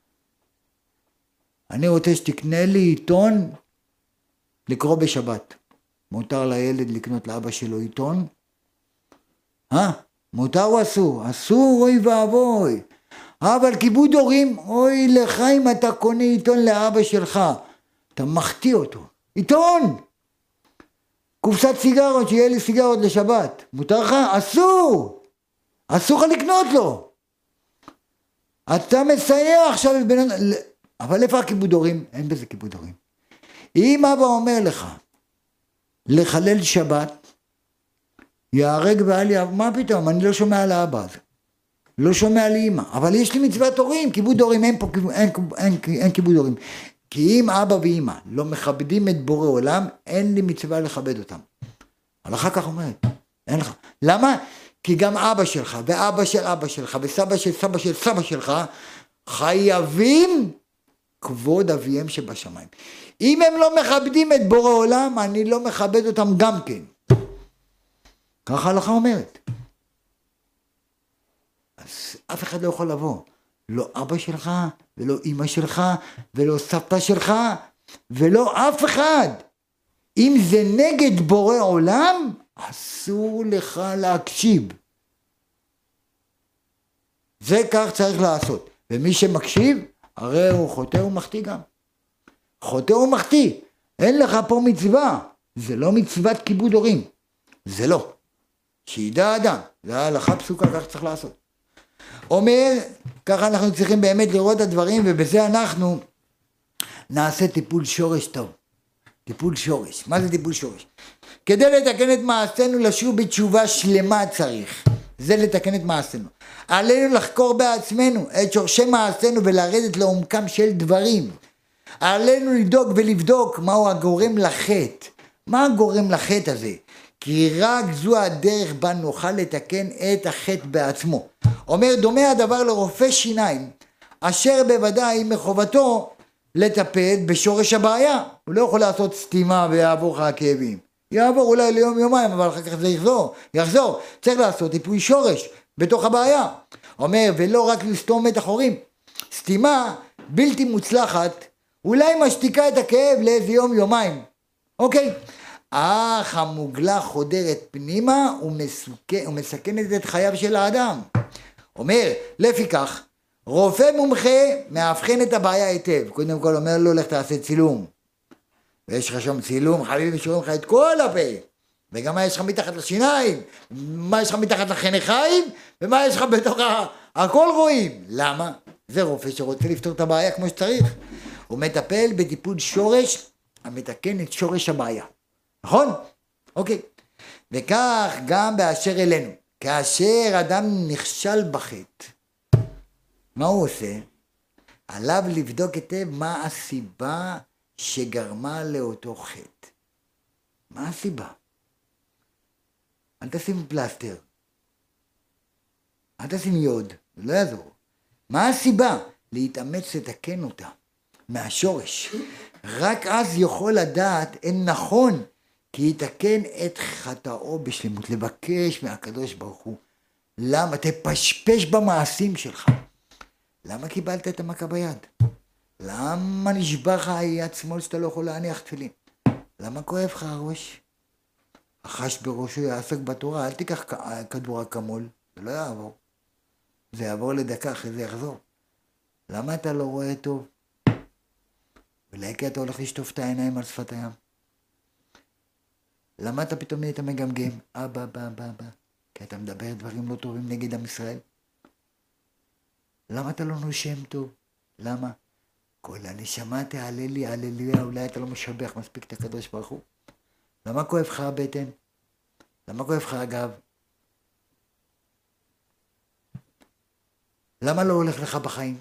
אני רוצה שתקנה לי עיתון לקרוא בשבת. מותר לילד לקנות לאבא שלו עיתון? אה? מותר או אסור? אסור, אוי ואבוי. אבל כיבוד הורים, אוי לך אם אתה קונה עיתון לאבא שלך, אתה מחטיא אותו. עיתון! קופסת סיגרות, שיהיה לי סיגרות לשבת. מותר לך? אסור! אסור לך לקנות לו. אתה מסייע עכשיו לבן... אבל איפה הכיבוד הורים? אין בזה כיבוד הורים. אם אבא אומר לך לחלל שבת, יהרג ואל יהרג, מה פתאום? אני לא שומע על האבא הזה. לא שומע על אמא. אבל יש לי מצוות הורים, כיבוד הורים, אין פה אין, אין, אין, אין כיבוד הורים. כי אם אבא ואמא לא מכבדים את בורא עולם, אין לי מצווה לכבד אותם. אבל אחר כך אומרת, אין לך. למה? כי גם אבא שלך, ואבא של אבא שלך, וסבא של סבא של סבא שלך, חייבים כבוד אביהם שבשמיים. אם הם לא מכבדים את בורא עולם, אני לא מכבד אותם גם כן. ככה ההלכה אומרת. אז אף אחד לא יכול לבוא. לא אבא שלך, ולא אמא שלך, ולא סבתא שלך, ולא אף אחד. אם זה נגד בורא עולם, אסור לך להקשיב. זה כך צריך לעשות. ומי שמקשיב, הרי הוא חוטא ומחטיא גם. חוטא ומחטיא. אין לך פה מצווה. זה לא מצוות כיבוד הורים. זה לא. שידע אדם. זה ההלכה פסוקה, כך צריך לעשות. אומר, ככה אנחנו צריכים באמת לראות את הדברים, ובזה אנחנו נעשה טיפול שורש טוב. טיפול שורש. מה זה טיפול שורש? כדי לתקן את מעשינו, לשוב בתשובה שלמה צריך. זה לתקן את מעשינו. עלינו לחקור בעצמנו את שורשי מעשינו ולרדת לעומקם של דברים. עלינו לדאוג ולבדוק מהו הגורם לחטא. מה הגורם לחטא הזה? כי רק זו הדרך בה נוכל לתקן את החטא בעצמו. אומר, דומה הדבר לרופא שיניים, אשר בוודאי מחובתו לטפל בשורש הבעיה. הוא לא יכול לעשות סתימה ויעבור לך הכאבים. יעבור אולי ליום יומיים, אבל אחר כך זה יחזור. יחזור. צריך לעשות טיפול שורש בתוך הבעיה. אומר, ולא רק לסתום את החורים. סתימה בלתי מוצלחת, אולי משתיקה את הכאב לאיזה יום יומיים. אוקיי? אך המוגלה חודרת פנימה ומסכנת את חייו של האדם. אומר, לפיכך, רופא מומחה מאבחן את הבעיה היטב. קודם כל אומר לו, לך תעשה צילום. ויש לך שם צילום, חביבי, שרואים לך את כל הפה. וגם מה יש לך מתחת לשיניים, מה יש לך מתחת לחניכיים, ומה יש לך בתוך ה... הכל רואים. למה? זה רופא שרוצה לפתור את הבעיה כמו שצריך. הוא מטפל בטיפול שורש המתקן את שורש הבעיה. נכון? אוקיי. וכך גם באשר אלינו. כאשר אדם נכשל בחטא, מה הוא עושה? עליו לבדוק היטב מה הסיבה שגרמה לאותו חטא. מה הסיבה? אל תשים פלסטר. אל תשים יוד. זה לא יעזור. מה הסיבה? להתאמץ לתקן אותה. מהשורש. רק אז יכול לדעת אין נכון כי יתקן את חטאו בשלמות. לבקש מהקדוש ברוך הוא. למה? תפשפש במעשים שלך. למה קיבלת את המכה ביד? למה נשבר לך היד שמאל שאתה לא יכול להניח תפילין? למה כואב לך הראש? החש בראשו יעסק בתורה, אל תיקח כדור אקמול, זה לא יעבור. זה יעבור לדקה, אחרי זה יחזור. למה אתה לא רואה טוב? אולי כי אתה הולך לשטוף את העיניים על שפת הים. למה אתה פתאום נהיית מגמגם? אבא, אבא, אבא, אבא. כי אתה מדבר דברים לא טובים נגד עם ישראל. למה אתה לא נושם טוב? למה? כל הנשמה תעלה לי, הללויה, אולי אתה לא משבח מספיק את הקדוש ברוך הוא. למה כואב לך הבטן? למה כואב לך הגב? למה לא הולך לך בחיים?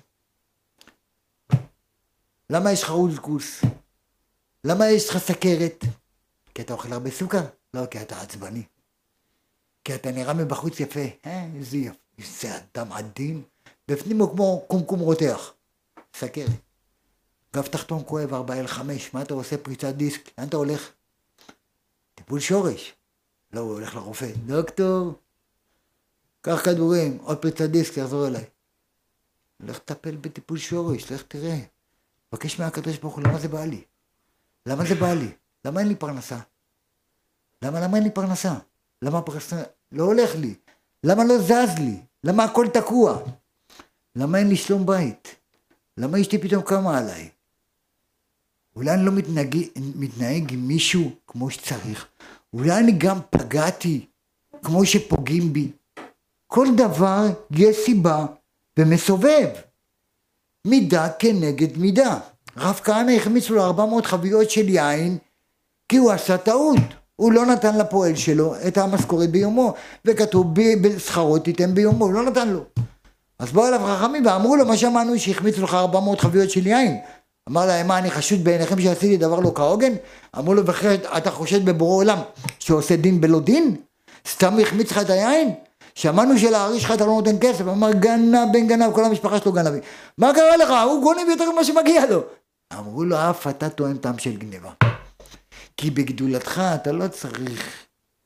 למה יש לך אולקוס? למה יש לך סכרת? כי אתה אוכל הרבה סוכר? לא, כי אתה עצבני. כי אתה נראה מבחוץ יפה. אה, איזה יפה. איזה אדם עדין. בפנים הוא כמו קומקום רותח. סכרת. גב תחתון כואב ארבע אל חמש. מה אתה עושה? פריצת דיסק. לאן אתה הולך? טיפול שורש. לא, הוא הולך לרופא. דוקטור, קח כדורים, עוד פריצת דיסק, יחזור אליי. לך תטפל בטיפול שורש, לך תראה. בקש מהקדוש ברוך הוא, למה זה בא לי? למה זה בא לי? למה אין לי פרנסה? למה, למה אין לי פרנסה? למה פרנסה? לא הולך לי. למה לא זז לי? למה הכל תקוע? למה אין לי שלום בית? למה אשתי פתאום קמה עליי? אולי אני לא מתנהג, מתנהג עם מישהו כמו שצריך. אולי אני גם פגעתי כמו שפוגעים בי. כל דבר יש סיבה ומסובב. מידה כנגד מידה. רב כהנא החמיץ לו ארבע מאות חביות של יין כי הוא עשה טעות. הוא לא נתן לפועל שלו את המשכורת ביומו. וכתוב בשכרו תיתן ביומו. הוא לא נתן לו. אז באו אליו חכמים ואמרו לו מה שמענו שהחמיץ לך ארבע מאות חביות של יין. אמר להם, מה אני חשוד בעיניכם שעשיתי דבר לא כהוגן? אמרו לו, וכי אתה חושד בבורא עולם שעושה דין בלא דין? סתם החמיץ לך את היין? שמענו שלהעריש לך אתה לא נותן כסף. אמר, גנב בן גנב, כל המשפחה שלו גנבים. מה קרה לך? הוא גונב יותר ממה שמגיע לו. אמרו לו, אף אתה טוען טעם של גניבה. כי בגדולתך אתה לא צריך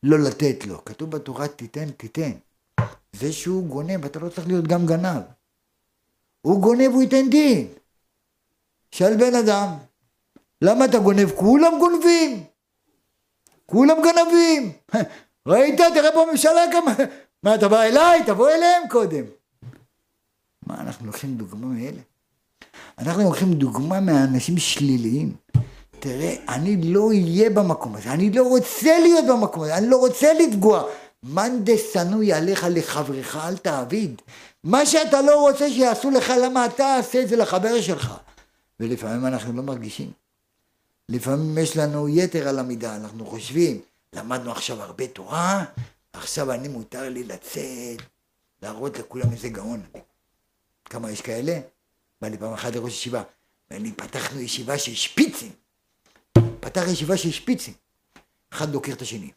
לא לתת לו. כתוב בתורה תיתן, תיתן. זה שהוא גונב, אתה לא צריך להיות גם גנב. הוא גונב, הוא ייתן דין. שאל בן אדם, למה אתה גונב? כולם גונבים. כולם גנבים. ראית? תראה בממשלה כמה... מה, אתה בא אליי? תבוא אליהם קודם. מה, אנחנו לוקחים דוגמה מאלה? אנחנו לוקחים דוגמה מהאנשים שליליים. תראה, אני לא אהיה במקום הזה, אני לא רוצה להיות במקום הזה, אני לא רוצה לפגוע. מאן דשנוא עליך לחברך אל תעביד. מה שאתה לא רוצה שיעשו לך, למה אתה עושה את זה לחבר שלך? ולפעמים אנחנו לא מרגישים. לפעמים יש לנו יתר על המידה, אנחנו חושבים, למדנו עכשיו הרבה תורה, עכשיו אני מותר לי לצאת, להראות לכולם איזה גאון. כמה יש כאלה? בא לי פעם אחת לראש ישיבה, ואני פתחנו ישיבה של שפיצים. פתח ישיבה של שפיצים. אחד דוקר את השני.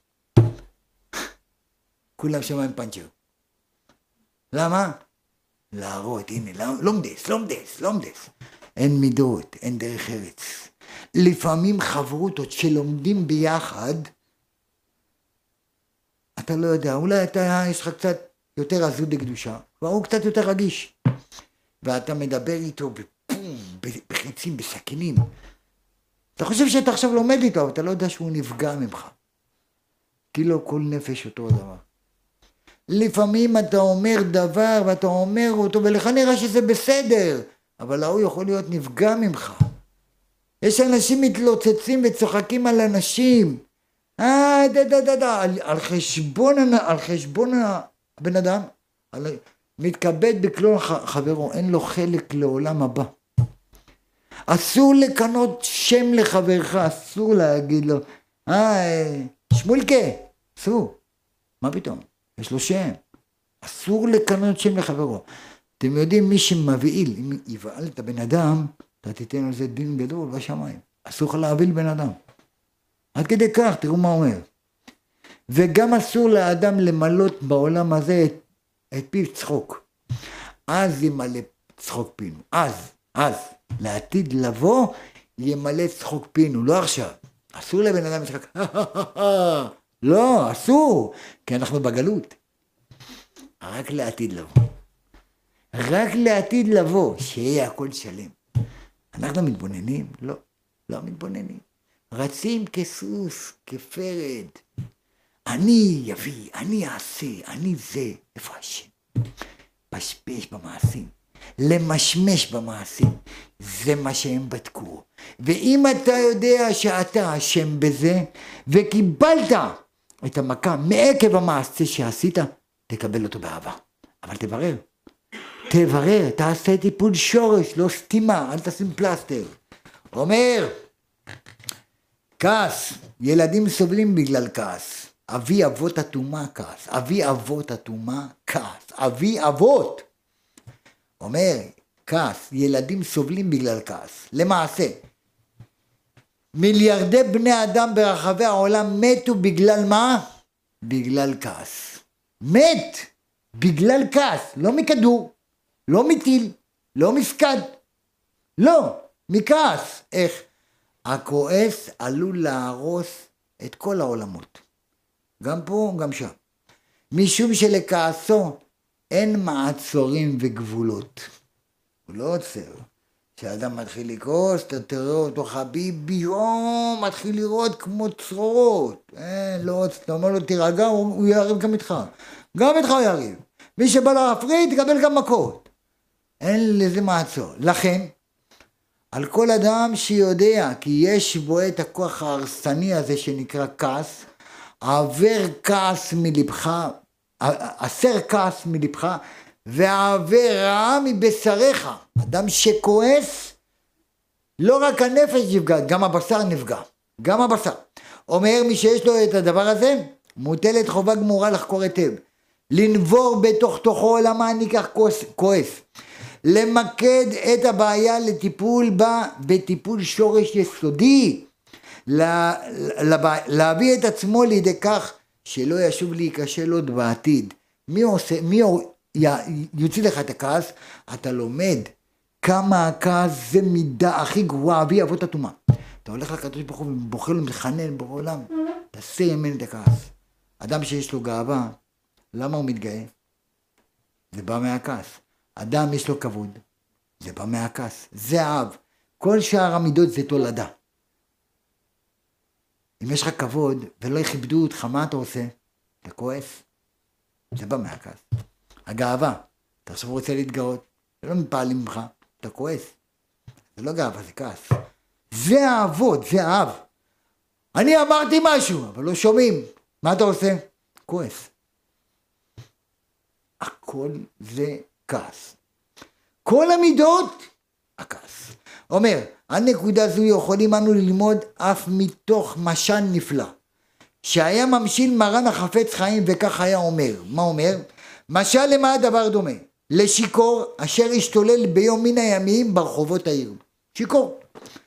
כולם שמיים פנצ'ר. למה? להראות, הנה, לומדס, לומדס, לומדס. אין מידות, אין דרך ארץ. לפעמים חברותות שלומדים ביחד, אתה לא יודע, אולי אתה, יש לך קצת יותר עזות לקדושה, והוא קצת יותר רגיש. ואתה מדבר איתו בפום, בחיצים, בסכינים. אתה חושב שאתה עכשיו לומד איתו, אבל אתה לא יודע שהוא נפגע ממך. כאילו כל נפש אותו דבר. לפעמים אתה אומר דבר ואתה אומר אותו, ולך נראה שזה בסדר, אבל הוא יכול להיות נפגע ממך. יש אנשים מתלוצצים וצוחקים על אנשים. אה, דה דה דה דה, על, על חשבון, על חשבון הבן אדם, על, מתכבד בקלון חברו, אין לו חלק לעולם הבא. אסור לקנות שם לחברך, אסור להגיד לו, אה, שמולקה, אסור. מה פתאום? יש לו שם. אסור לקנות שם לחברו. אתם יודעים, מי שמבעיל, אם יבעל את הבן אדם, אתה תיתן על זה דין גדול בשמיים. אסור לך להבעיל בן אדם. עד כדי כך, תראו מה אומר. וגם אסור לאדם למלות בעולם הזה את, את פיו צחוק. אז ימלא צחוק פינו. אז, אז, לעתיד לבוא, ימלא צחוק פינו. לא עכשיו. אסור לבן אדם לשחק. לא, אסור. כי אנחנו בגלות. רק לעתיד לבוא. רק לעתיד לבוא. שיהיה הכל שלם. אנחנו מתבוננים? לא. לא מתבוננים. רצים כסוס, כפרד. אני יביא, אני אעשה, אני זה. איפה השם? פשפש במעשים. למשמש במעשים. זה מה שהם בדקו. ואם אתה יודע שאתה אשם בזה, וקיבלת את המכה מעקב המעשה שעשית, תקבל אותו באהבה. אבל תברר. תברר, תעשה טיפול שורש, לא סתימה, אל תשים פלסטר. אומר, כעס, ילדים סובלים בגלל כעס. אבי אבות התאומה כעס. אבי אבות התאומה כעס. אבי אבות. אומר, כעס, ילדים סובלים בגלל כעס. למעשה, מיליארדי בני אדם ברחבי העולם מתו בגלל מה? בגלל כעס. מת בגלל כעס, לא מכדור, לא מטיל, לא מסקד. לא, מכעס. איך? הכועס עלול להרוס את כל העולמות. גם פה, גם שם. משום שלכעסו אין מעצורים וגבולות. הוא לא עוצר. כשאדם מתחיל לכעוס, אתה תראה אותו חביבי, או, מתחיל לראות כמו צרורות. אין, לא עוצר. אתה אומר לו, תירגע, הוא, הוא יריב גם איתך. גם איתך הוא יריב. מי שבא להפריד, תקבל גם מכות. אין לזה מעצור. לכן, על כל אדם שיודע כי יש בו את הכוח ההרסני הזה שנקרא כעס, עבר כעס מלבך, אסר כעס מלבך, ועבר רעה מבשריך. אדם שכועס, לא רק הנפש נפגע, גם הבשר נפגע. גם הבשר. אומר מי שיש לו את הדבר הזה, מוטלת חובה גמורה לחקור היטב. לנבור בתוך תוכו, למה אני כך כועס? למקד את הבעיה לטיפול בה בטיפול שורש יסודי. לה, לה, להביא את עצמו לידי כך שלא ישוב להיכשל עוד בעתיד. מי עושה, מי יוציא לך את הכעס? אתה לומד כמה הכעס זה מידה הכי גרועה, אבי אבות התאומה. אתה הולך לקדוש ברוך הוא ובוחר לו מתחנן בעולם, תעשה ימין את הכעס. אדם שיש לו גאווה, למה הוא מתגאה? זה בא מהכעס. אדם יש לו כבוד, זה בא מהכעס. זה האב. כל שאר המידות זה תולדה. אם יש לך כבוד ולא יכבדו אותך, מה אתה עושה? אתה כועס. זה בא מהכעס. הגאווה, אתה עכשיו רוצה להתגאות, זה לא מפעלים ממך, אתה כועס. זה לא גאווה, זה כעס. זה האבות, זה האב. אני אמרתי משהו, אבל לא שומעים. מה אתה עושה? כועס. הכל זה כעס. כל המידות, הכעס. אומר, הנקודה זו יכולים אנו ללמוד אף מתוך משל נפלא, שהיה ממשיל מרן החפץ חיים וכך היה אומר. מה אומר? משל למה הדבר דומה? לשיקור אשר השתולל ביום מן הימים ברחובות העיר. שיקור.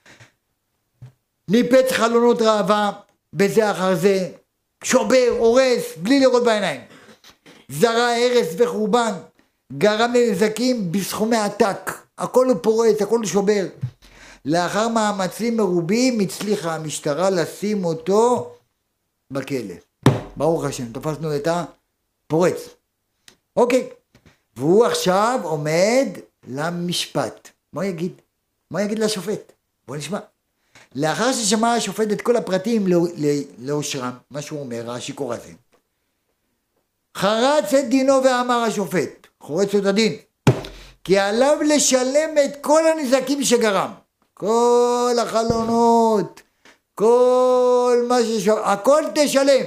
ניפץ חלונות ראווה בזה אחר זה, שובר, הורס, בלי לראות בעיניים. זרע הרס וחורבן, גרם לנזקים בסכומי עתק. הכל הוא פורץ, הכל הוא שובר. לאחר מאמצים מרובים הצליחה המשטרה לשים אותו בכלא. ברוך השם, תפסנו את הפורץ. אוקיי. והוא עכשיו עומד למשפט. מה יגיד? מה יגיד לשופט? בוא נשמע. לאחר ששמע השופט את כל הפרטים לאושרם, מה שהוא אומר, השיקור הזה, חרץ את דינו ואמר השופט, חורץ את הדין, כי עליו לשלם את כל הנזקים שגרם. כל החלונות, כל מה ששו... הכל תשלם.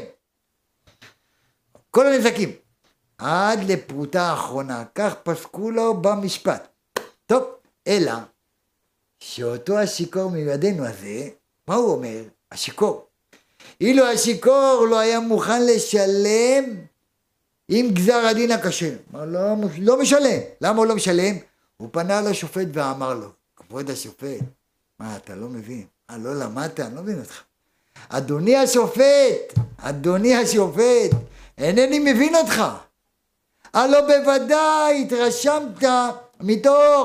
כל הנזקים. עד לפרוטה האחרונה. כך פסקו לו במשפט. טוב, אלא שאותו השיקור מיודנו הזה, מה הוא אומר? השיקור. אילו השיקור לא היה מוכן לשלם עם גזר הדין הקשה. לא, לא משלם. למה הוא לא משלם? הוא פנה לשופט ואמר לו, כבוד השופט, מה, אתה לא מבין? אה, לא למדת? אני לא מבין אותך. אדוני השופט, אדוני השופט, אינני מבין אותך. הלא בוודאי התרשמת מתוך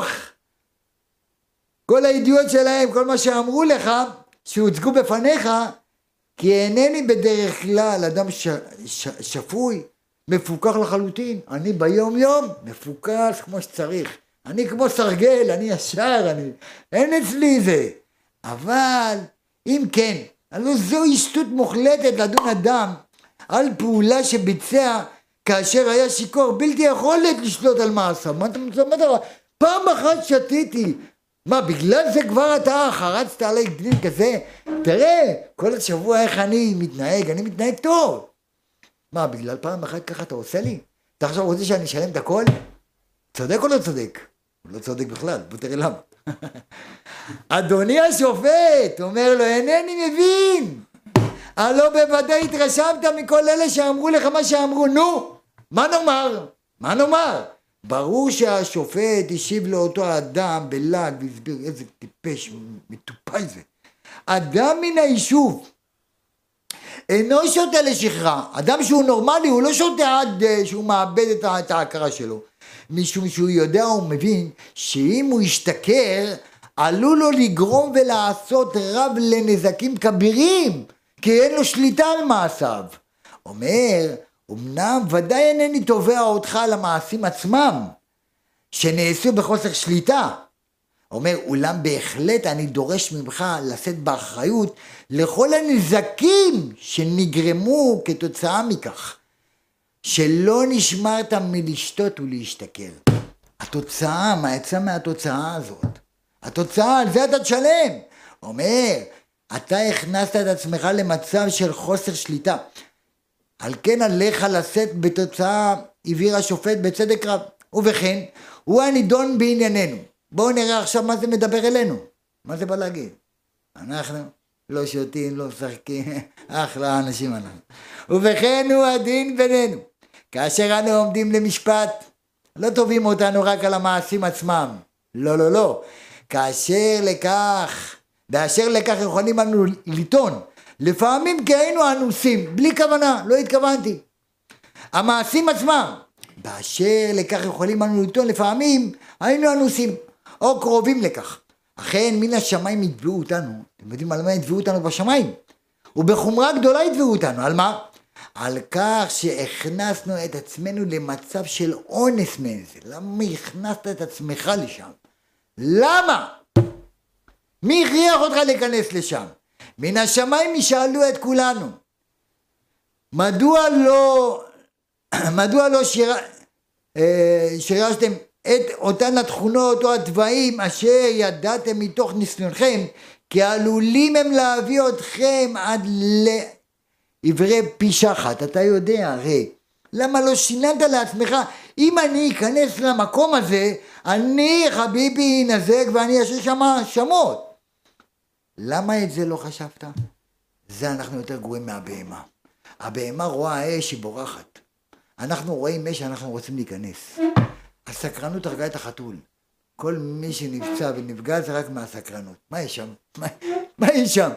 כל הידיעות שלהם, כל מה שאמרו לך, שהוצגו בפניך, כי אינני בדרך כלל אדם ש... ש... שפוי, מפוקח לחלוטין. אני ביום יום מפוקח כמו שצריך. אני כמו סרגל, אני ישר, אני... אין אצלי זה. אבל אם כן, הלוא זו שטות מוחלטת לדון אדם על פעולה שביצע כאשר היה שיקור, בלתי יכולת לשלוט על מעשיו. מה אתה אומר? פעם אחת שתיתי. מה, בגלל זה כבר אתה חרצת עלי דין כזה? תראה, כל השבוע איך אני מתנהג, אני מתנהג טוב. מה, בגלל פעם אחת ככה אתה עושה לי? אתה עכשיו רוצה שאני אשלם את הכל? צודק או לא צודק? הוא לא צודק בכלל, בוא תראה למה. אדוני השופט אומר לו, אינני מבין. הלא בוודאי התרשמת מכל אלה שאמרו לך מה שאמרו. נו, מה נאמר? מה נאמר? ברור שהשופט השיב לאותו האדם בלעג והסביר, איזה טיפש, מטופש זה. אדם מן היישוב אינו שותה לשכרה. אדם שהוא נורמלי, הוא לא שותה עד שהוא מאבד את ההכרה שלו. משום שהוא יודע ומבין שאם הוא ישתכר, עלול לו לגרום ולעשות רב לנזקים כבירים, כי אין לו שליטה על מעשיו. אומר, אמנם ודאי אינני תובע אותך על המעשים עצמם, שנעשו בחוסר שליטה. אומר, אולם בהחלט אני דורש ממך לשאת באחריות לכל הנזקים שנגרמו כתוצאה מכך, שלא נשמרת מלשתות ולהשתכר. התוצאה, מה יצא מהתוצאה הזאת? התוצאה, על זה אתה תשלם. אומר, אתה הכנסת את עצמך למצב של חוסר שליטה. על כן עליך לשאת בתוצאה, הבהיר השופט בצדק רב. ובכן, הוא הנידון בענייננו. בואו נראה עכשיו מה זה מדבר אלינו. מה זה בא להגיד? אנחנו לא שותים, לא משחקים, אחלה אנשים אנחנו. ובכן הוא הדין בינינו. כאשר אנו עומדים למשפט, לא טובים אותנו רק על המעשים עצמם. לא, לא, לא. כאשר לכך, באשר לכך יכולים אנו לטעון. לפעמים כי היינו אנוסים, בלי כוונה, לא התכוונתי. המעשים עצמם, באשר לכך יכולים אנו לטעון, לפעמים היינו אנוסים, או קרובים לכך. אכן מן השמיים יתבעו אותנו. אתם יודעים על מה יתבעו אותנו בשמיים? ובחומרה גדולה יתבעו אותנו. על מה? על כך שהכנסנו את עצמנו למצב של אונס מזה. למה הכנסת את עצמך לשם? למה? מי הכריח אותך להיכנס לשם? מן השמיים ישאלו את כולנו. מדוע לא, מדוע לא שיר, שירשתם את אותן התכונות או התוואים אשר ידעתם מתוך ניסיונכם, כי עלולים הם להביא אתכם עד לעברי פי שחת. אתה יודע הרי, למה לא שיננת לעצמך? אם אני אכנס למקום הזה, אני חביבי נזק ואני אשאיר שם שמות. למה את זה לא חשבת? זה אנחנו יותר גרועים מהבהמה. הבהמה רואה האש היא בורחת. אנחנו רואים אש שאנחנו רוצים להיכנס. הסקרנות הרגה את החתול. כל מי שנפצע ונפגע זה רק מהסקרנות. מה יש שם? מה, מה יש שם?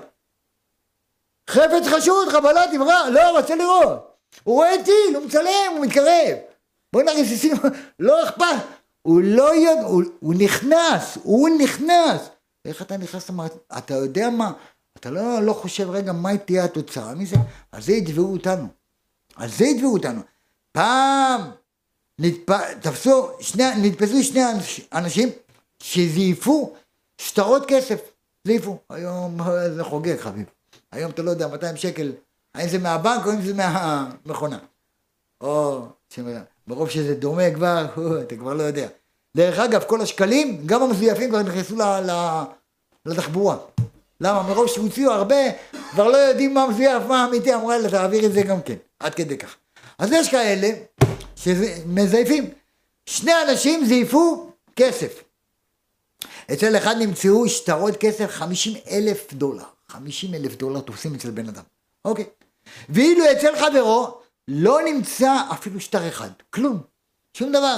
חפץ חשוד, חבלה, תברא, לא, רוצה לראות. הוא רואה טיל, הוא מצלם, הוא מתקרב. בוא נרסיסים, לא אכפת. הוא לא יודע, הוא, הוא נכנס, הוא נכנס. איך אתה נכנס למעט? אתה יודע מה? אתה לא, לא חושב רגע מה תהיה התוצאה מזה? על זה יתבעו אותנו. על זה יתבעו אותנו. פעם נתפ... תפסו, שני, נתפסו שני אנשים שזייפו שטרות כסף. זייפו. היום זה חוגג חביב. היום אתה לא יודע, מאתיים שקל, האם זה מהבנק או אם זה מהמכונה. או, ברוב שזה דומה כבר, אתה כבר לא יודע. דרך אגב, כל השקלים, גם המזויפים כבר נכנסו לתחבורה. למה? מרוב שהוציאו הרבה, כבר לא יודעים מה מזויף, מה אמיתי, אמרה לה, תעביר את זה גם כן, עד כדי כך. אז יש כאלה שמזייפים. שני אנשים זייפו כסף. אצל אחד נמצאו שטרות כסף חמישים אלף דולר. חמישים אלף דולר תופסים אצל בן אדם. אוקיי. ואילו אצל חברו לא נמצא אפילו שטר אחד. כלום. שום דבר.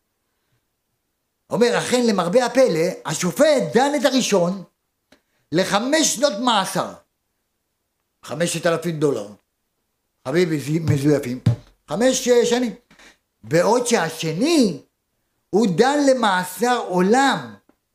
אומר, אכן למרבה הפלא, השופט דן את הראשון לחמש שנות מאסר. חמשת אלפים דולר. חביבי מזויפים. חמש שנים. בעוד שהשני הוא דן למאסר עולם.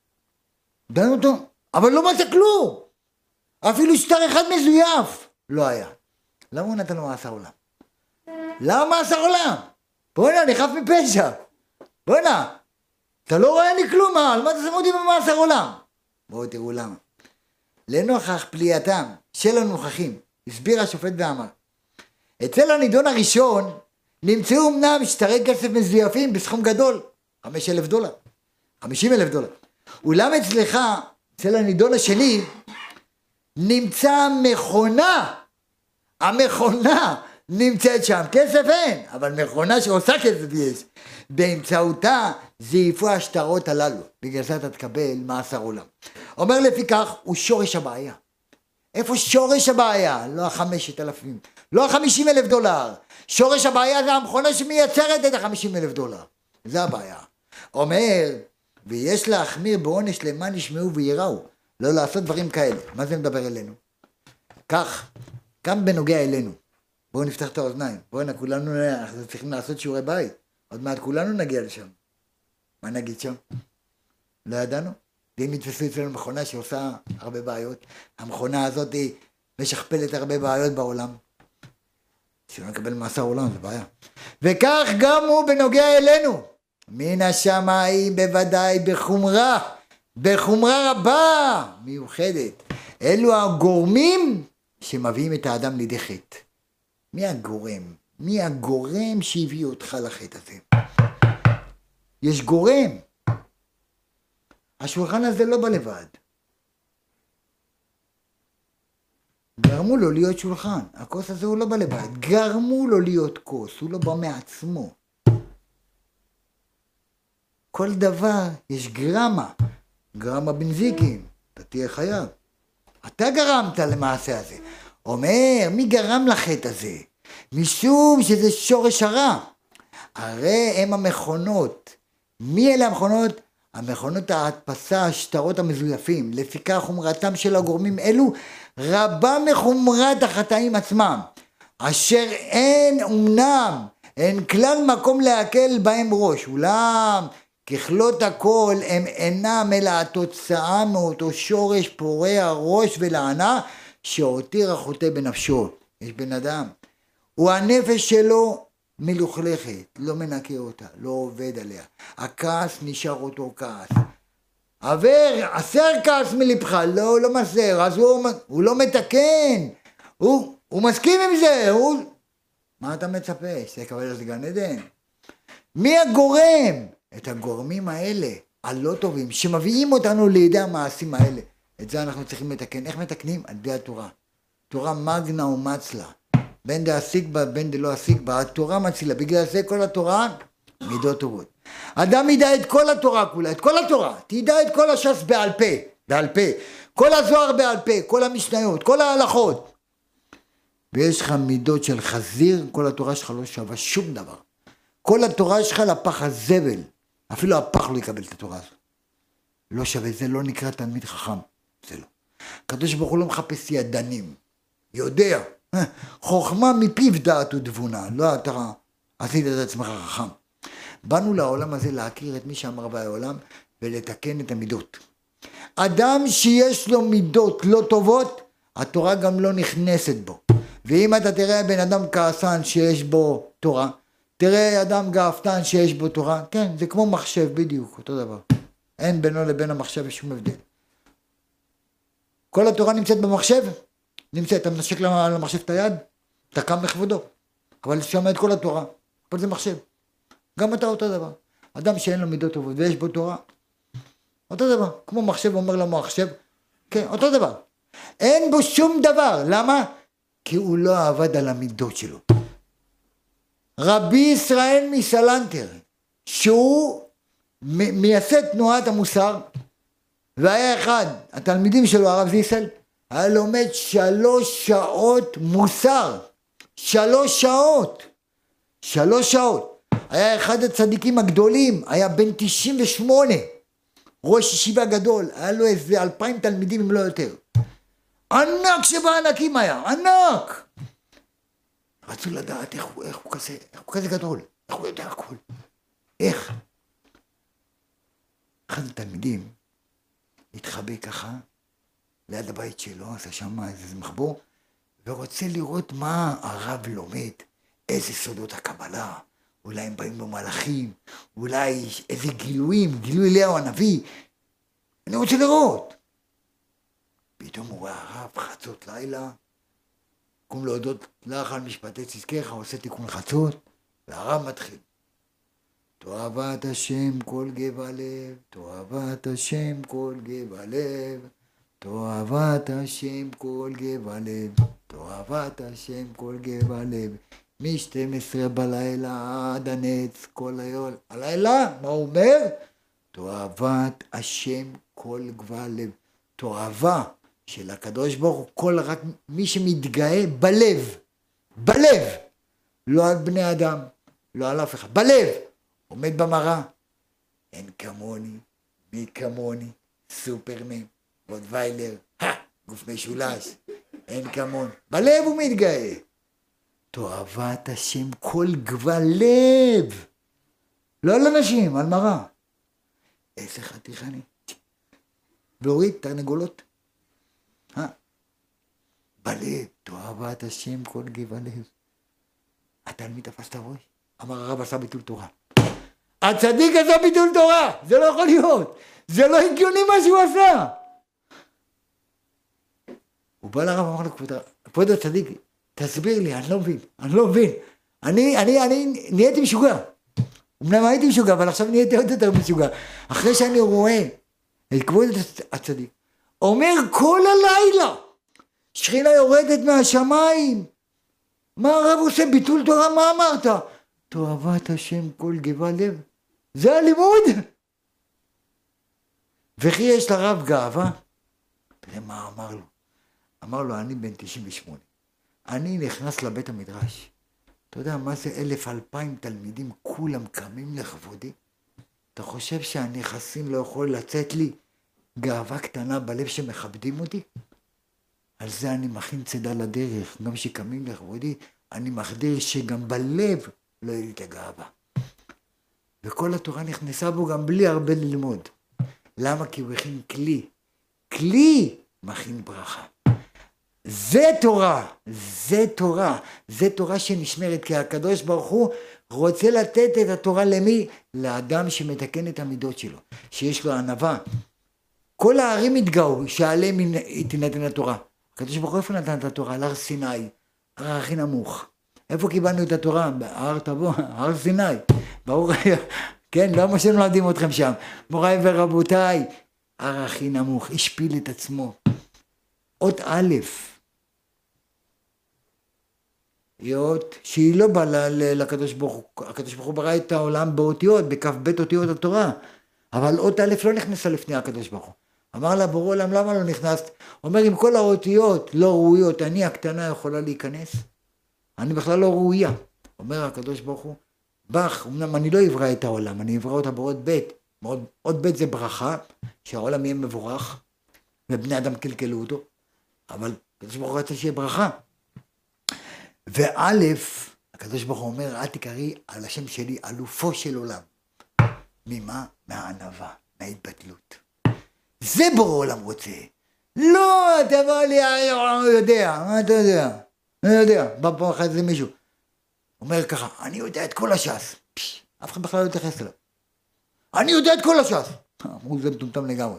דן אותו, אבל לא מצא כלום. אפילו שטר אחד מזויף לא היה. למה הוא נתן לו מאסר עולם? למה מאסר עולם? בוא'נה, אני חף מפשע. בוא'נה, אתה לא רואה לי כלום, מה? על מה אתה שם אותי במאסר עולם? בואו תראו למה. לנוכח פליאתם של הנוכחים, הסביר השופט ואמר, אצל הנידון הראשון נמצאו אמנם שטרי כסף מזויפים בסכום גדול, חמישה אלף דולר, חמישים אלף דולר. אולם אצלך, אצל הנידון השני, נמצא מכונה, המכונה נמצאת שם, כסף אין, אבל מכונה שעושה כסף יש. באמצעותה זייפו השטרות הללו, בגלל זה אתה תקבל מאסר עולם. אומר לפי כך, הוא שורש הבעיה. איפה שורש הבעיה? לא החמשת אלפים, לא החמישים אלף דולר. שורש הבעיה זה המכונה שמייצרת את החמישים אלף דולר. זה הבעיה. אומר, ויש להחמיר בעונש למען ישמעו ויראו, לא לעשות דברים כאלה. מה זה מדבר אלינו? כך, גם בנוגע אלינו. בואו נפתח את האוזניים. בואו כולנו, אנחנו צריכים לעשות שיעורי בית. עוד מעט כולנו נגיע לשם. מה נגיד שם? לא ידענו? ואם יתפסו אצלנו מכונה שעושה הרבה בעיות, המכונה הזאת היא משכפלת הרבה בעיות בעולם. שלא נקבל מאסר עולם, זה בעיה. וכך גם הוא בנוגע אלינו. מן השמיים בוודאי בחומרה, בחומרה רבה, מיוחדת. אלו הגורמים שמביאים את האדם לידי חטא. מי הגורם? מי הגורם שהביא אותך לחטא הזה? יש גורם. השולחן הזה לא בא לבד. גרמו לו להיות שולחן. הכוס הזה הוא לא בא לבד. גרמו לו להיות כוס. הוא לא בא מעצמו. כל דבר יש גרמה. גרמה בנזיקין. אתה תהיה חייב. אתה גרמת למעשה הזה. אומר, מי גרם לחטא הזה? משום שזה שורש הרע. הרי הם המכונות. מי אלה המכונות? המכונות ההדפסה, השטרות המזויפים. לפיכך חומרתם של הגורמים אלו רבה מחומרת החטאים עצמם, אשר אין אמנם, אין כלל מקום להקל בהם ראש. אולם ככלות הכל הם אינם אלא התוצאה מאותו שורש פורה הראש ולענה שהותיר החוטא בנפשו. יש בן אדם, הוא הנפש שלו מלוכלכת, לא מנקה אותה, לא עובד עליה. הכעס נשאר אותו כעס. עבר, הסר כעס מלבך, לא, לא מסר, אז הוא, הוא לא מתקן, הוא, הוא מסכים עם זה, הוא... מה אתה מצפה? שתקבל את גן עדן? מי הגורם? את הגורמים האלה, הלא טובים, שמביאים אותנו לידי המעשים האלה. את זה אנחנו צריכים לתקן. איך מתקנים? על ידי התורה. תורה מגנה ומצלה. בין דעסיק בה, בין דלא עסיק בה, התורה מצילה. בגלל זה כל התורה, מידות טובות. אדם ידע את כל התורה כולה, את כל התורה. תדע את כל הש"ס בעל פה, בעל פה. כל הזוהר בעל פה, כל המשניות, כל ההלכות. ויש לך מידות של חזיר, כל התורה שלך לא שווה שום דבר. כל התורה שלך לפח הזבל. אפילו הפח לא יקבל את התורה הזאת. לא שווה, זה לא נקרא תלמיד חכם. זה לא. הקדוש ברוך הוא לא מחפש ידנים. יודע. חוכמה מפיו דעת ותבונה. לא אתה עשית את עצמך חכם. באנו לעולם הזה להכיר את מי שאמר בעולם ולתקן את המידות. אדם שיש לו מידות לא טובות, התורה גם לא נכנסת בו. ואם אתה תראה בן אדם כעסן שיש בו תורה, תראה אדם גאוותן שיש בו תורה, כן, זה כמו מחשב בדיוק, אותו דבר. אין בינו לבין המחשב שום הבדל. כל התורה נמצאת במחשב, נמצאת, אתה מנשק למחשב את היד, אתה קם לכבודו, אבל שומע את כל התורה, אבל זה מחשב. גם אתה אותו דבר. אדם שאין לו מידות טובות ויש בו תורה, אותו דבר. כמו מחשב אומר למחשב, כן, אותו דבר. אין בו שום דבר, למה? כי הוא לא עבד על המידות שלו. רבי ישראל מסלנטר, שהוא מייסד תנועת המוסר, והיה אחד, התלמידים שלו, הרב זיסל, היה לומד שלוש שעות מוסר. שלוש שעות. שלוש שעות. היה אחד הצדיקים הגדולים, היה בן תשעים ושמונה. ראש ישיבה גדול, היה לו איזה אלפיים תלמידים אם לא יותר. ענק שבענקים היה, ענק. רצו לדעת איך הוא, איך הוא כזה, איך הוא כזה גדול, איך הוא יודע הכל. איך? אחד התלמידים התחבא ככה ליד הבית שלו, עשה שם איזה מחבור, ורוצה לראות מה הרב לומד, איזה סודות הקבלה, אולי הם באים לו מלאכים, אולי איזה גילויים, גילוי אליהו הנביא, אני רוצה לראות. פתאום הוא רואה הרב חצות לילה, קום להודות לך על משפטי צדקך, עושה תיקון חצות, והרב מתחיל. תאהבת השם כל גבה לב, תאהבת השם כל גבה לב, תאהבת השם כל גבה לב, תאהבת השם כל גבה לב, מ-שתים עשרה בלילה עד הנץ כל היום. הלילה, מה הוא אומר? תאהבת השם כל גבה לב. תאהבה של הקדוש ברוך הוא, כל רק מי שמתגאה בלב, בלב, לא על בני אדם, לא על אף אחד, בלב, עומד במראה, אין כמוני, מי כמוני, סופרמן, רוטוויילר, גוף משולש, אין כמוני, בלב הוא מתגאה. תאהבת השם כל גבה לב, לא על אנשים, על מראה. איזה חתיך אני. להוריד תרנגולות. בלב, תאהבת השם כל גבה לב. התלמיד תפס את הראש, אמר הרב עשה ביטול תורה. הצדיק עשה ביטול תורה, זה לא יכול להיות. זה לא הגיוני מה שהוא עשה. הוא בא לרב ואמר לו, כבוד הצדיק, תסביר לי, אני לא מבין, אני לא מבין. אני, אני, אני נהייתי משוגע. אמנם הייתי משוגע, אבל עכשיו נהייתי עוד יותר משוגע. אחרי שאני רואה את כבוד הצדיק, אומר כל הלילה, שכינה יורדת מהשמיים. מה הרב עושה? ביטול תורה, מה אמרת? תאהבת השם כל גבה לב. זה הלימוד. וכי יש לרב גאווה? תראה מה אמר לו. אמר לו, אני בן תשעים ושמונה. אני נכנס לבית המדרש. אתה יודע מה זה אלף אלפיים תלמידים כולם קמים לכבודי? אתה חושב שהנכסים לא יכול לצאת לי גאווה קטנה בלב שמכבדים אותי? על זה אני מכין צידה לדרך. גם שקמים לכבודי, אני מחדיר שגם בלב לא יהיה לי את הגאווה. וכל התורה נכנסה בו גם בלי הרבה ללמוד. למה? כי הוא הכין כלי. כלי מכין ברכה. זה תורה, זה תורה, זה תורה שנשמרת, כי הקדוש ברוך הוא רוצה לתת את התורה למי? לאדם שמתקן את המידות שלו, שיש לו ענווה. כל הערים התגאו שעליהם תינתן התורה. הקדוש ברוך הוא איפה נתן את התורה? על הר סיני, הר הכי נמוך. איפה קיבלנו את התורה? בהר תבוא, הר סיני. ברור, כן, לא מה שנולדים אתכם שם. מוריי ורבותיי, הר הכי נמוך, השפיל את עצמו. אות א', יות שהיא לא באה לקדוש ברוך הוא, הקדוש ברוך הוא ברא את העולם באותיות, בכף בית אותיות התורה, אבל אות א' לא נכנסה לפני הקדוש ברוך הוא. אמר לה בורא עולם, למה לא נכנסת? אומר, אם כל האותיות לא ראויות, אני הקטנה יכולה להיכנס? אני בכלל לא ראויה. אומר הקדוש ברוך הוא, בך, אמנם אני לא אברא את העולם, אני אברא אותה באות ב', אות ב' זה ברכה, שהעולם יהיה מבורך, ובני אדם קלקלו אותו, אבל הקדוש ברוך הוא רצה שיהיה ברכה. וא', הקדוש ברוך הוא אומר, אל תקראי על השם שלי אלופו של עולם. ממה? מהענווה, מההתבטלות. זה בורא עולם רוצה. לא, תבוא לי, הוא יודע, מה אתה יודע? אני יודע, בא פה אחרי זה מישהו. אומר ככה, אני יודע את כל הש"ס. אף אחד בכלל לא יתייחס אליו. אני יודע את כל הש"ס. אמרו, זה מטומטם לגמרי.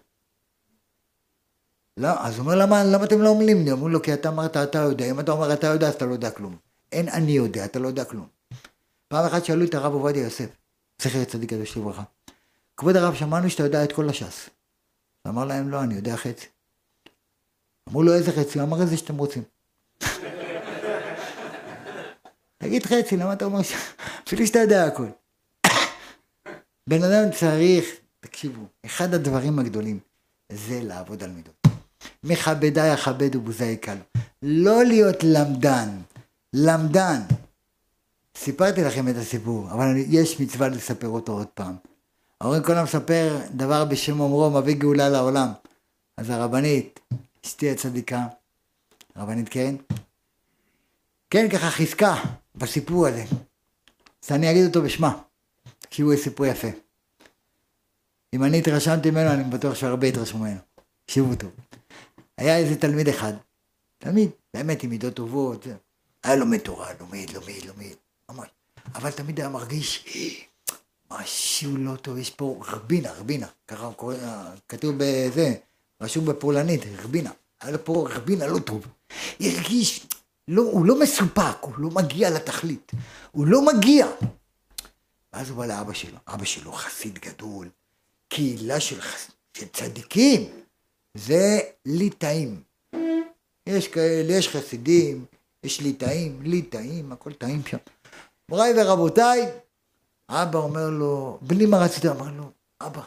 לא, אז הוא אומר, למה, למה אתם לא אומרים לי? אמרו לו, כי אתה אמרת, אתה יודע. אם אתה אומר, אתה יודע, אז אתה לא יודע כלום. אין אני יודע, אתה לא יודע כלום. פעם אחת שאלו את הרב עובדיה יוסף, זכר צדיק קדוש לברכה. כבוד הרב, שמענו שאתה יודע את כל הש"ס. אמר להם, לא, אני יודע חצי. אמרו לו, איזה חצי? הוא אמר, איזה שאתם רוצים. תגיד חצי, למה אתה אומר ש... אפילו שאתה יודע הכל. בן אדם צריך, תקשיבו, אחד הדברים הגדולים, זה לעבוד על מידות. מכבדה יכבד ובוזה יקל. לא להיות למדן, למדן. סיפרתי לכם את הסיפור, אבל יש מצווה לספר אותו עוד פעם. ההורים כל מספר דבר בשם אומרו, מביא גאולה לעולם. אז הרבנית, אשתי הצדיקה, הרבנית קרן, כן, ככה חיזקה בסיפור הזה. אז אני אגיד אותו בשמה, תקשיבו, יש סיפור יפה. אם אני התרשמתי ממנו, אני בטוח שהרבה התרשמו ממנו. תקשיבו טוב. היה איזה תלמיד אחד, תלמיד, באמת עם מידות טובות, היה לומד תורה, לומד, לומד, לומד, ממש. אבל תמיד היה מרגיש, משהו לא טוב, יש פה רבינה, רבינה, ככה כתוב בזה, רשום בפולנית, רבינה. היה לו פה רבינה לא טוב. הרגיש, לא, הוא לא מסופק, הוא לא מגיע לתכלית, הוא לא מגיע. ואז הוא בא לאבא שלו, אבא שלו חסיד גדול, קהילה של, חס... של צדיקים, זה ליטאים. יש כאלה, יש חסידים, יש ליטאים, ליטאים, הכל טעים שם. מוריי ורבותיי, אבא אומר לו, בלי מה רצית, אמר לו, אבא,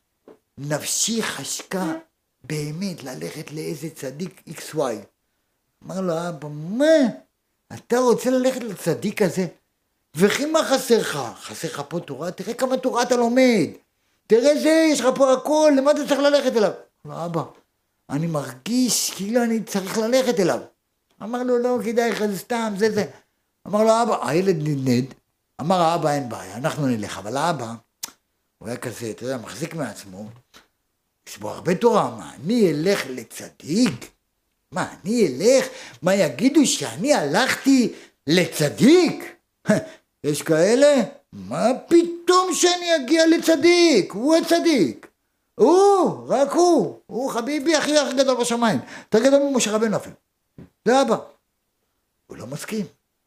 נפשי חשקה באמת ללכת לאיזה צדיק אקס וואי. אמר לו, אבא, מה? אתה רוצה ללכת לצדיק הזה? וכי מה חסר לך? חסר לך פה תורה? תראה כמה תורה אתה לומד. תראה זה, יש לך פה הכל, למה אתה צריך ללכת אליו? אמר לו, אבא, אני מרגיש כאילו אני צריך ללכת אליו. אמר לו, לא כדאי לך, זה סתם, זה זה. אמר לו, אבא, הילד נדנד. אמר האבא, אין בעיה, אנחנו נלך. אבל האבא, הוא היה כזה, אתה יודע, מחזיק מעצמו. יש בו הרבה תורה. מה, אני אלך לצדיק? מה, אני אלך? מה יגידו שאני הלכתי לצדיק? יש כאלה? מה פתאום שאני אגיע לצדיק? הוא הצדיק. הוא, רק הוא. הוא חביבי הכי הכי גדול בשמיים. יותר גדול ממשה רבנו אפילו. זה אבא. הוא לא מסכים.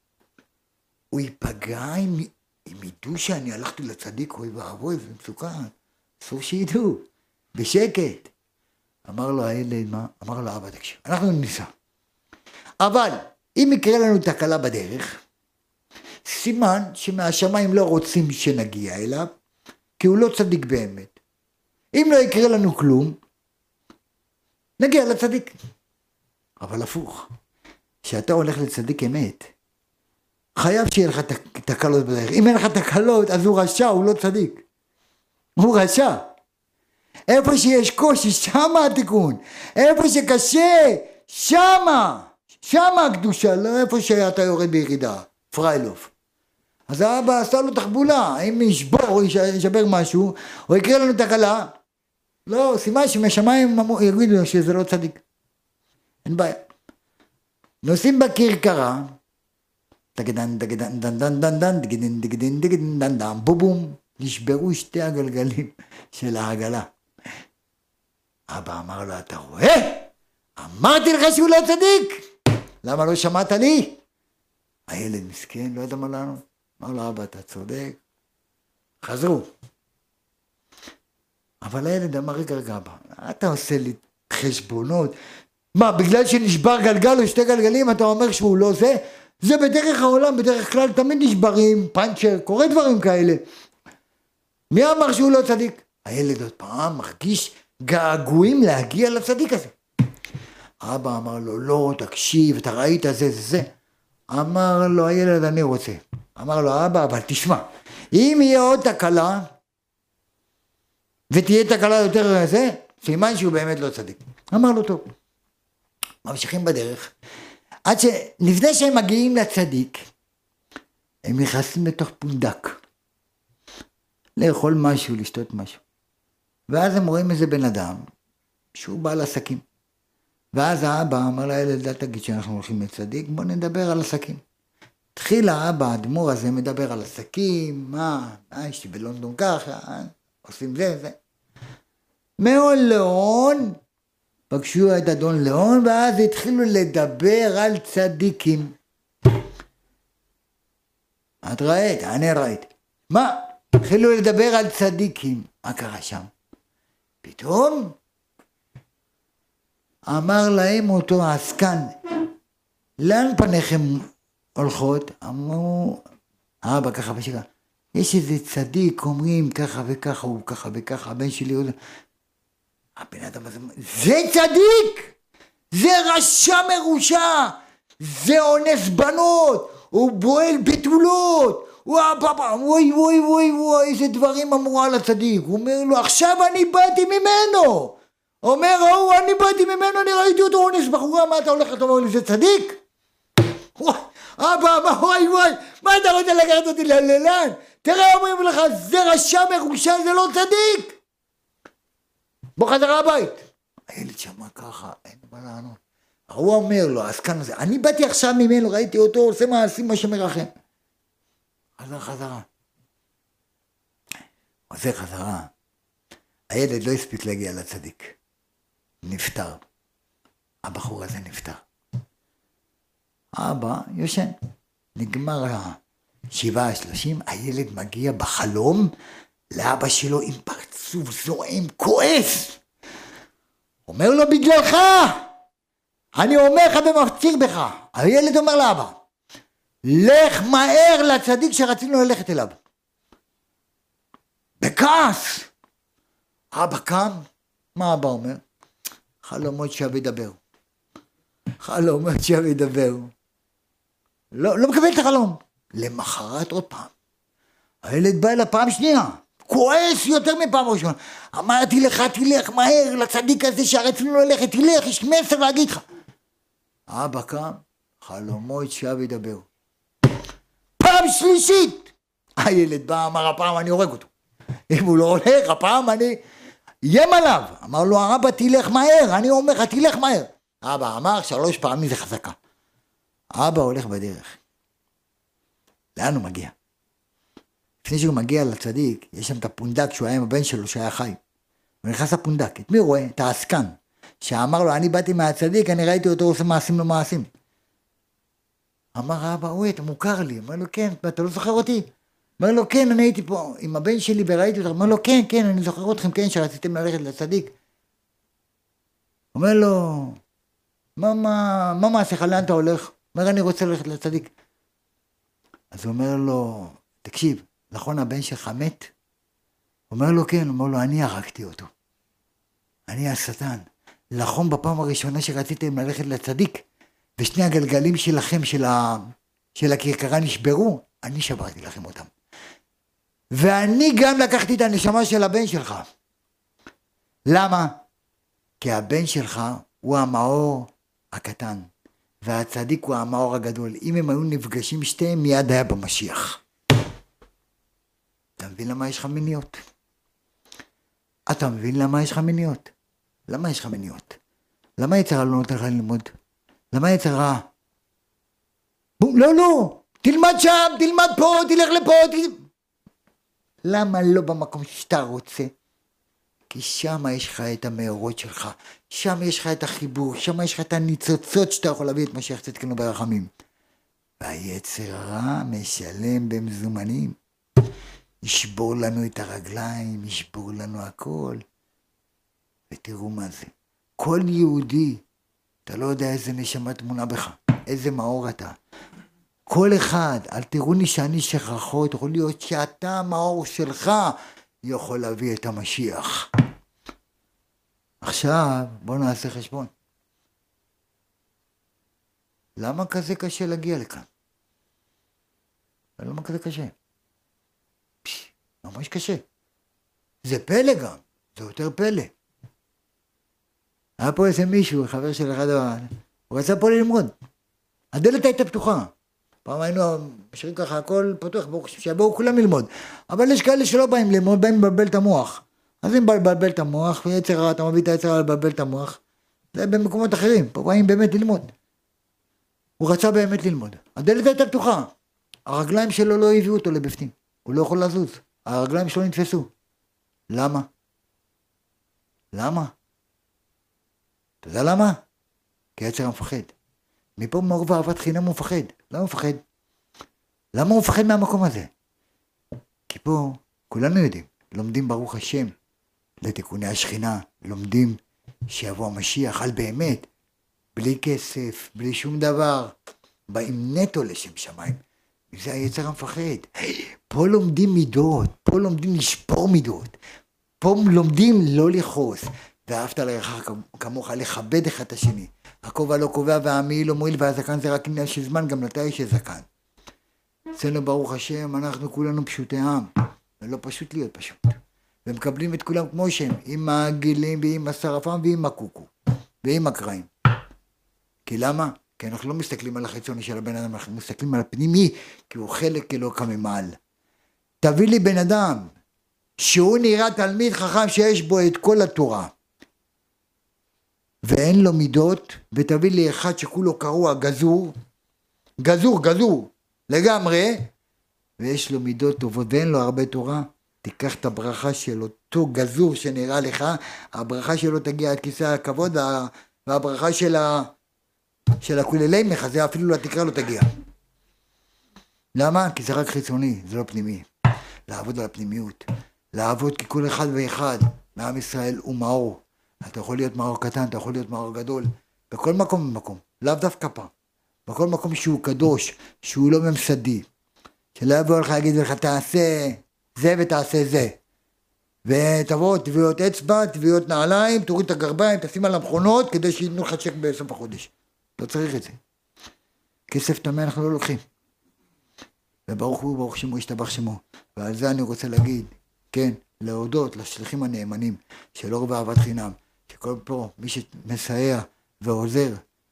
הוא ייפגע אם, אם ידעו שאני הלכתי לצדיק, אוי ואבוי, זה מסוכן. אסור שידעו. בשקט. אמר לו הילד, מה? אמר לו אבא, תקשיב, אנחנו ניסע. אבל אם יקרה לנו תקלה בדרך, סימן שמהשמיים לא רוצים שנגיע אליו, כי הוא לא צדיק באמת. אם לא יקרה לנו כלום, נגיע לצדיק. אבל הפוך, כשאתה הולך לצדיק אמת, חייב שיהיה לך תקלות בדרך. אם אין לך תקלות, אז הוא רשע, הוא לא צדיק. הוא רשע. איפה שיש קושי, שמה התיקון. איפה שקשה, שמה. שמה הקדושה, לא איפה שאתה יורד בירידה. פריילוף. אז האבא עשה לו תחבולה. אם ישבור או ישבר משהו, או יקרה לנו תקלה, לא, סימן שמשמיים יגידו שזה לא צדיק. אין בעיה. נוסעים בכרכרה, דגדן, דגדן, דן, דן, דן, דן, דגדן, דגדן, דגדן, דן, דן, בובום, נשברו שתי הגלגלים של העגלה. אבא אמר לו, אתה רואה? אמרתי לך שהוא לא צדיק! למה לא שמעת לי? הילד מסכן, לא יודע מה לענות. אמר לו, אבא, אתה צודק. חזרו. אבל הילד אמר, רגע, רגע, אבא, אתה עושה לי חשבונות. מה, בגלל שנשבר גלגל או שתי גלגלים, אתה אומר שהוא לא זה? זה בדרך העולם, בדרך כלל תמיד נשברים, פאנצ'ר, קורה דברים כאלה. מי אמר שהוא לא צדיק? הילד עוד פעם מרגיש געגועים להגיע לצדיק הזה. אבא אמר לו, לא, תקשיב, אתה ראית זה, זה, זה. אמר לו, הילד, אני רוצה. אמר לו, אבא, אבל תשמע, אם יהיה עוד תקלה, ותהיה תקלה יותר זה, סימן שהוא באמת לא צדיק. אמר לו, טוב. ממשיכים בדרך. עד שלפני שהם מגיעים לצדיק, הם נכנסים לתוך פונדק. לאכול משהו, לשתות משהו. ואז הם רואים איזה בן אדם, שהוא בעל עסקים. ואז האבא אמר לילד, אל תגיד שאנחנו הולכים לצדיק, בוא נדבר על עסקים. התחיל האבא, האדמו"ר הזה, מדבר על עסקים, מה, אה, אשתי בלונדון ככה, עושים זה, זה. מהון להון, פגשו את אדון להון, ואז התחילו לדבר על צדיקים. את ראית? אני ראיתי. מה? התחילו לדבר על צדיקים. מה קרה שם? פתאום אמר להם אותו העסקן, לאן פניכם הולכות? אמרו, אבא ככה ושככה, יש איזה צדיק, אומרים ככה וככה, הוא ככה וככה, הבן שלי הוא... הבן אדם הזה, זה צדיק! זה רשע מרושע! זה אונס בנות! הוא בועל בתולות! הוא הבבא, ווי ווי ווי ווי, איזה דברים אמרו על הצדיק. הוא אומר לו, עכשיו אני באתי ממנו! אומר, הוא, אני באתי ממנו, אני ראיתי אותו אונס בחורה, מה אתה הולך לתומר לי, זה צדיק? אבא, מה, וואי וואי, מה אתה רוצה לקחת אותי לללן? תראה, אומרים לך, זה רשע מרושע, זה לא צדיק! בוא חזרה הבית. הילד שמע ככה, אין מה לענות. הוא אומר לו, אז כאן הזה, אני באתי עכשיו ממנו, ראיתי אותו, עושה מעשים מה שמרחם. חזר חזרה. עושה חזרה. הילד לא הספיק להגיע לצדיק. נפטר. הבחור הזה נפטר. אבא יושן. נגמר השבעה השלושים, הילד מגיע בחלום לאבא שלו עם פרצוף זועם, כועס. אומר לו, בגללך, אני אומר לך ומפציר בך. הילד אומר לאבא, לך מהר לצדיק שרצינו ללכת אליו. בכעס. אבא קם, מה אבא אומר? חלומות שווה דבר. חלומות שווה דבר. לא, לא מקבל את החלום. למחרת עוד פעם. הילד בא אליו פעם שנייה. כועס יותר מפעם ראשונה. אמרתי לך, תלך מהר לצדיק הזה שרצינו ללכת, תלך, יש מסר להגיד לך. אבא קם, חלומות שווה דבר. פעם שלישית. הילד בא, אמר, הפעם אני הורג אותו. אם הוא לא הולך, הפעם אני ים עליו. אמר לו, אבא תלך מהר, אני אומר לך, תלך מהר. אבא אמר, שלוש פעמים זה חזקה. אבא הולך בדרך. לאן הוא מגיע? לפני שהוא מגיע לצדיק, יש שם את הפונדק שהוא היה עם הבן שלו שהיה חי. הוא נכנס לפונדק. את מי הוא רואה? את העסקן. שאמר לו, אני באתי מהצדיק, אני ראיתי אותו עושה מעשים לא מעשים. אמר אבא, אוי, אתה מוכר לי. אמר לו, כן, אתה לא זוכר אותי? אמר לו, כן, אני הייתי פה עם הבן שלי וראיתי אותו. אמר לו, כן, כן, אני זוכר אתכם, כן, שרציתם ללכת לצדיק. אומר לו, מה, מה, מה מעשיך, לאן אתה הולך? אומר, אני רוצה ללכת לצדיק. אז הוא אומר לו, תקשיב, נכון הבן שלך מת? אומר לו, כן, אומר לו, אני הרגתי אותו. אני השטן. לחום בפעם הראשונה שרציתם ללכת לצדיק, ושני הגלגלים שלכם, של, ה... של הכרכרה נשברו, אני שברתי לכם אותם. ואני גם לקחתי את הנשמה של הבן שלך. למה? כי הבן שלך הוא המאור הקטן, והצדיק הוא המאור הגדול. אם הם היו נפגשים שתיהם, מיד היה במשיח. אתה מבין למה יש לך מיניות? אתה מבין למה יש לך מיניות? למה יש לך מיניות? למה יצרה לא נותן לך ללמוד? למה יצרה לא, לא, תלמד שם, תלמד פה, תלך לפה, תלמד... למה לא במקום שאתה רוצה? כי שם יש לך את המאורות שלך, שם יש לך את החיבור, שם יש לך את הניצוצות שאתה יכול להביא את משיח צדקנו ברחמים. והיצר רע משלם במזומנים. ישבור לנו את הרגליים, ישבור לנו הכל. ותראו מה זה. כל יהודי, אתה לא יודע איזה נשמה תמונה בך, איזה מאור אתה. כל אחד, אל תראוני שאני שכחות, יכול להיות שאתה המאור שלך יכול להביא את המשיח. עכשיו בואו נעשה חשבון. למה כזה קשה להגיע לכאן? למה כזה קשה? פש, ממש קשה. זה פלא גם, זה יותר פלא. היה פה איזה מישהו, חבר של אחד, הוא רצה פה ללמוד. הדלת הייתה פתוחה. פעם היינו משאירים ככה, הכל פתוח, שיבואו כולם ללמוד. אבל יש כאלה שלא באים ללמוד, באים לבלבל את המוח. אז אם בא לבלבל את המוח, ויצר רע, אתה מביא את היצר רע לבלבל את המוח, זה במקומות אחרים, פה באים באמת ללמוד. הוא רצה באמת ללמוד. הדלת הייתה פתוחה. הרגליים שלו לא הביאו אותו לבפנים. הוא לא יכול לזוז. הרגליים שלו נתפסו. למה? למה? אתה יודע למה? כי היצר מפחד. מפה מאור ואהבת חינם הוא מפחד. למה הוא מפחד? למה הוא מפחד מהמקום הזה? כי פה כולנו יודעים, לומדים ברוך השם לתיקוני השכינה, לומדים שיבוא המשיח על באמת, בלי כסף, בלי שום דבר, באים נטו לשם שמיים. וזה היצר המפחד. פה לומדים מידות, פה לומדים לשפור מידות, פה לומדים לא לכעוס, ואהבת לרעך כמוך, לכבד אחד את השני. הכובע לא קובע והמעיל לא מועיל, והזקן זה רק עניין של זמן, גם אתה יש זקן. אצלנו ברוך השם, אנחנו כולנו פשוטי עם, ולא פשוט להיות פשוט. ומקבלים את כולם כמו שהם, עם הגילים ועם השרפם ועם הקוקו, ועם הקראים. כי למה? כי אנחנו לא מסתכלים על החיצוני של הבן אדם, אנחנו מסתכלים על הפנימי, כי הוא חלק אלוקא ממעל. תביא לי בן אדם, שהוא נראה תלמיד חכם שיש בו את כל התורה, ואין לו מידות, ותביא לי אחד שכולו קרוע, גזור, גזור, גזור, לגמרי, ויש לו מידות טובות, ואין לו הרבה תורה, תיקח את הברכה של אותו גזור שנראה לך, הברכה שלו תגיע עד כיסא הכבוד, והברכה של, ה... של הכוללי מחזה, אפילו לא תקרא לו תגיע. למה? כי זה רק חיצוני, זה לא פנימי. לעבוד על הפנימיות, לעבוד כי כל אחד ואחד מעם ישראל הוא מאור. אתה יכול להיות מאור קטן, אתה יכול להיות מאור גדול, בכל מקום ומקום, לאו דווקא פעם, בכל מקום שהוא קדוש, שהוא לא ממסדי, שלא יבוא לך להגיד לך תעשה זה ותעשה זה, ותבוא תביעות אצבע, תביעות נעליים, תוריד את הגרביים, תשים על המכונות כדי שיתנו לך צ'ק בסוף החודש. לא צריך את זה. כסף תמה אנחנו לא לוקחים. וברוך הוא, ברוך שמו, ישתבח שמו. ועל זה אני רוצה להגיד, כן, להודות לשליחים הנאמנים של אור ואהבת חינם, שכל פה מי שמסייע ועוזר,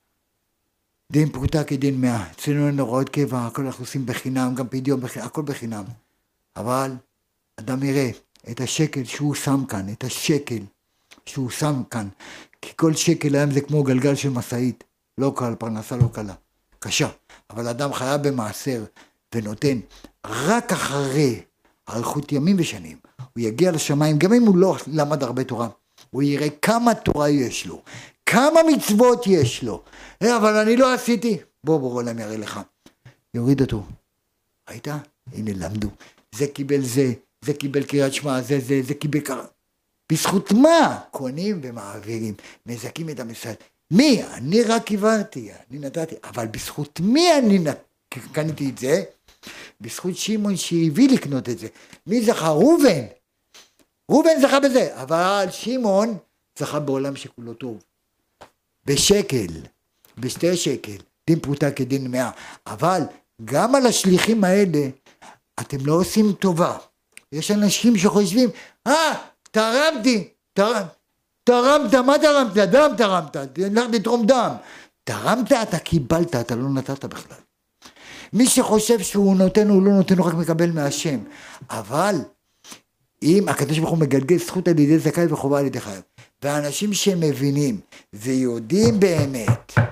דין פרוטה כדין מאה, אצלנו אין הוראות קבע, הכל אנחנו עושים בחינם, גם פדיון בחינם, הכל בחינם. אבל אדם יראה את השקל שהוא שם כאן, את השקל שהוא שם כאן, כי כל שקל היום זה כמו גלגל של מסעית, לא קל, פרנסה לא קלה, קשה, אבל אדם חייב במעשר ונותן רק אחרי אריכות ימים ושנים, הוא יגיע לשמיים, גם אם הוא לא למד הרבה תורה, הוא יראה כמה תורה יש לו, כמה מצוות יש לו, אה, אבל אני לא עשיתי, בוא בוא עולם יראה לך, יוריד אותו, ראית? הנה למדו, זה קיבל זה, זה קיבל קריאת שמע, זה זה, זה קיבל קרא, בזכות מה? קונים ומעבירים, מזכים את המשרד, מי? אני רק עברתי, אני נתתי, אבל בזכות מי אני קניתי את זה? בזכות שמעון שהביא לקנות את זה. מי זכה? ראובן. ראובן זכה בזה, אבל שמעון זכה בעולם שכולו טוב. בשקל, בשתי שקל, דין פרוטה כדין מאה. אבל גם על השליחים האלה, אתם לא עושים טובה. יש אנשים שחושבים, אה, תרמתי, תרמת, תרמת, מה תרמת? דם תרמת, תלך לתרום דם. תרמת, אתה קיבלת, אתה לא נתת בכלל. מי שחושב שהוא נותן, הוא לא נותן, הוא רק מקבל מהשם. אבל אם הקדוש ברוך הוא מגלגל זכות על ידי זכאי וחובה על ידי חייב, ואנשים שמבינים ויודעים באמת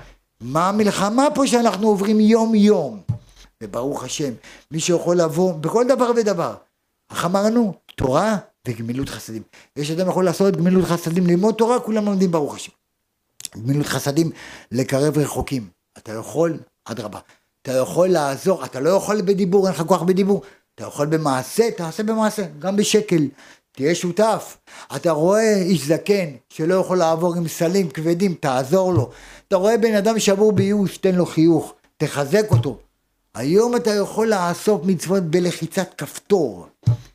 מה המלחמה פה שאנחנו עוברים יום יום? וברוך השם, מי שיכול לבוא בכל דבר ודבר. איך אמרנו? תורה וגמילות חסדים. יש אדם יכול לעשות גמילות חסדים, ללמוד תורה, כולם לומדים ברוך השם. גמילות חסדים, לקרב רחוקים. אתה יכול, אדרבה, אתה יכול לעזור, אתה לא יכול בדיבור, אין לך כוח בדיבור, אתה יכול במעשה, תעשה במעשה, גם בשקל, תהיה שותף. אתה רואה איש זקן שלא יכול לעבור עם סלים כבדים, תעזור לו. אתה רואה בן אדם שבור ביוש, תן לו חיוך, תחזק אותו. היום אתה יכול לעשות מצוות בלחיצת כפתור.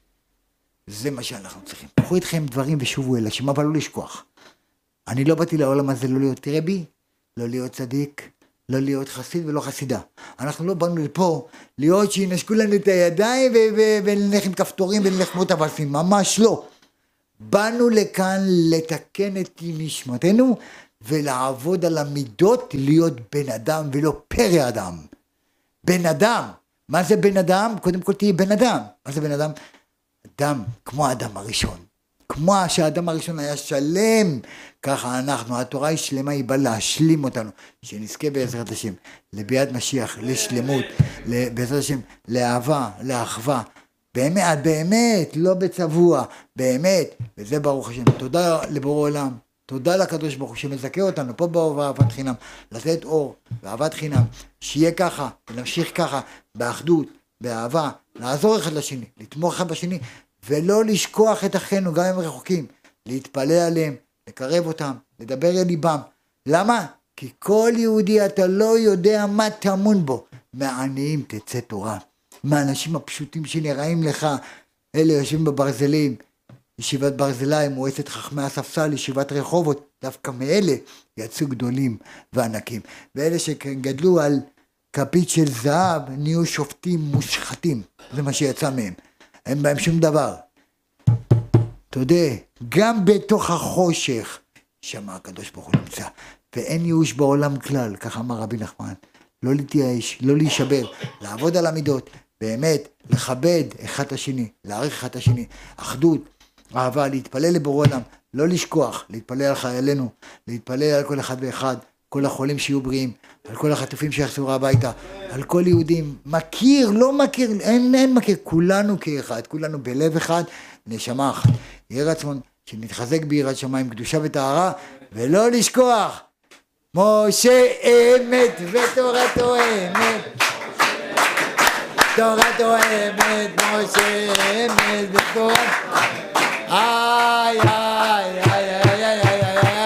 זה מה שאנחנו צריכים. קחו איתכם דברים ושובו אל השם, אבל לא לשכוח. אני לא באתי לעולם הזה לא להיות רבי, לא להיות צדיק, לא להיות חסיד ולא חסידה. אנחנו לא באנו לפה להיות שינשקו לנו את הידיים ונלך עם כפתורים ונלך כמו טווסים, ממש לא. באנו לכאן לתקן את נשמתנו ולעבוד על המידות, להיות בן אדם ולא פרא אדם. בן אדם, מה זה בן אדם? קודם כל תהיה בן אדם. מה זה בן אדם? אדם כמו האדם הראשון. כמו שהאדם הראשון היה שלם, ככה אנחנו, התורה היא שלמה, היא באה להשלים אותנו, שנזכה בעזרת השם, לביאת משיח, לשלמות, בעזרת השם, לאהבה, לאחווה, באמת, באמת, לא בצבוע, באמת, וזה ברוך השם. תודה לבורא עולם, תודה לקדוש ברוך הוא שמזכה אותנו, פה באור ואהבת חינם, לתת אור ואהבת חינם, שיהיה ככה, ונמשיך ככה, באחדות, באהבה, לעזור אחד לשני, לתמוך אחד בשני, ולא לשכוח את אחינו, גם הם רחוקים, להתפלל עליהם, לקרב אותם, לדבר אל ליבם. למה? כי כל יהודי אתה לא יודע מה תמון בו. מהעניים תצא תורה. מהאנשים הפשוטים שנראים לך, אלה יושבים בברזלים, ישיבת ברזליים, מועצת חכמי הספסל, ישיבת רחובות, דווקא מאלה יצאו גדולים וענקים. ואלה שגדלו על כפית של זהב, נהיו שופטים מושחתים. זה מה שיצא מהם. אין בהם שום דבר. תודה, גם בתוך החושך, שמה הקדוש ברוך הוא נמצא, ואין ייאוש בעולם כלל, כך אמר רבי נחמן, לא להתייאש, לא להישבר, לעבוד על המידות, באמת, לכבד אחד השני, להעריך אחד השני, אחדות, אהבה, להתפלל לבורא עולם, לא לשכוח, להתפלל על חיילינו, להתפלל על כל אחד ואחד, כל החולים שיהיו בריאים, על כל החטופים שיחזרו הביתה, על כל יהודים, מכיר, לא מכיר, אין, אין מכיר, כולנו כאחד, כולנו בלב אחד, נשמה אחת. יהיה רצון שנתחזק ביראת שמיים, קדושה וטהרה, ולא לשכוח, משה אמת ותורתו אמת, תורתו אמת, משה אמת ותורתו, איי איי איי איי איי איי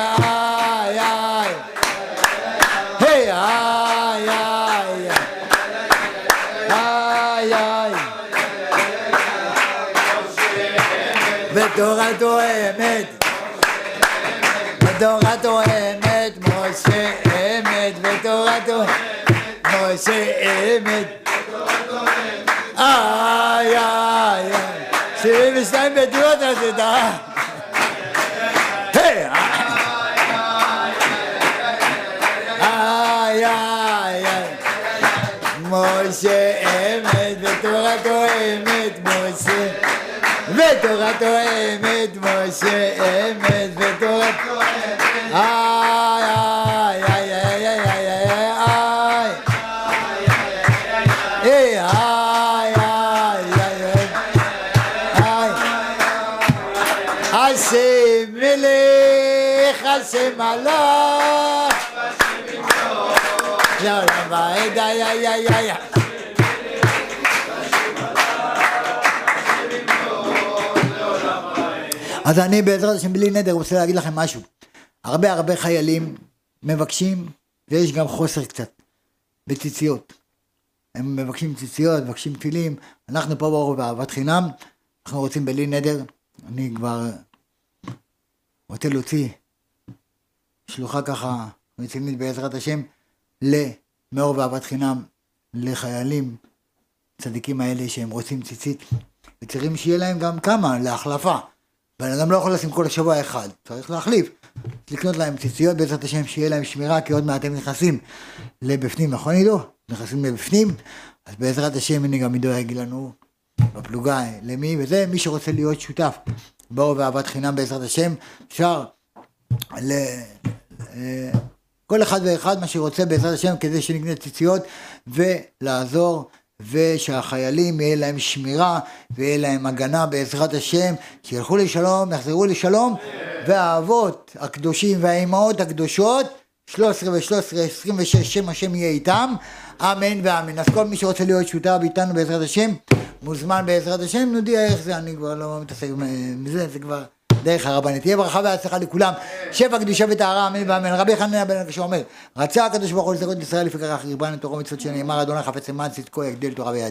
ותורתו אמת, ותורתו אמת, משה אמת, ותורתו משה אמת, איי איי איי, שבעים ושתיים בדירות עשית, איי איי איי, משה אמת, ותורתו אמת, משה ותורתו אמת, משה אמת, ותורתו אמת, איי איי איי איי איי איי איי איי איי, השם מלך, השם מלך, לעולם ועד, איי איי איי איי. אז אני בעזרת השם בלי נדר רוצה להגיד לכם משהו. הרבה הרבה חיילים מבקשים, ויש גם חוסר קצת, בציציות. הם מבקשים ציציות, מבקשים תפילים. אנחנו פה באור ואהבת חינם, אנחנו רוצים בלי נדר. אני כבר רוצה להוציא שלוחה ככה רצינית בעזרת השם למאור ואהבת חינם לחיילים צדיקים האלה שהם רוצים ציצית, וצריכים שיהיה להם גם כמה להחלפה. בן אדם לא יכול לשים כל השבוע אחד, צריך להחליף, לקנות להם ציציות בעזרת השם, שיהיה להם שמירה, כי עוד מעט הם נכנסים לבפנים, נכון עידו? נכנסים לבפנים, אז בעזרת השם הנה גם עידו יגיד לנו בפלוגה למי, וזה מי שרוצה להיות שותף באור ואהבת חינם בעזרת השם, אפשר ל... כל אחד ואחד מה שרוצה בעזרת השם, כדי שנקנה ציציות ולעזור, ושהחיילים יהיה להם שמירה, ויהיה להם הגנה בעזרת השם, שילכו לשלום, יחזרו לשלום, והאבות הקדושים והאימהות הקדושות, שלוש עשרה ו-שלוש עשרה, עשרים ושש, שם השם יהיה איתם, אמן ואמן. אז כל מי שרוצה להיות שותף איתנו בעזרת השם, מוזמן בעזרת השם, נודיע איך זה, אני כבר לא מתעסק מזה, זה כבר דרך הרבנית. תהיה ברכה והצלחה לכולם, שפע קדושה וטהרה, אמן ואמן. רבי חנניה בן עקשיא אומר, רצה הקדוש ברוך הוא לזכות את ישראל לפי כך ירבן את תורה ומצוות שנאמר, אדוני חפץ למען צדקו יגדיל תורה ויעשה.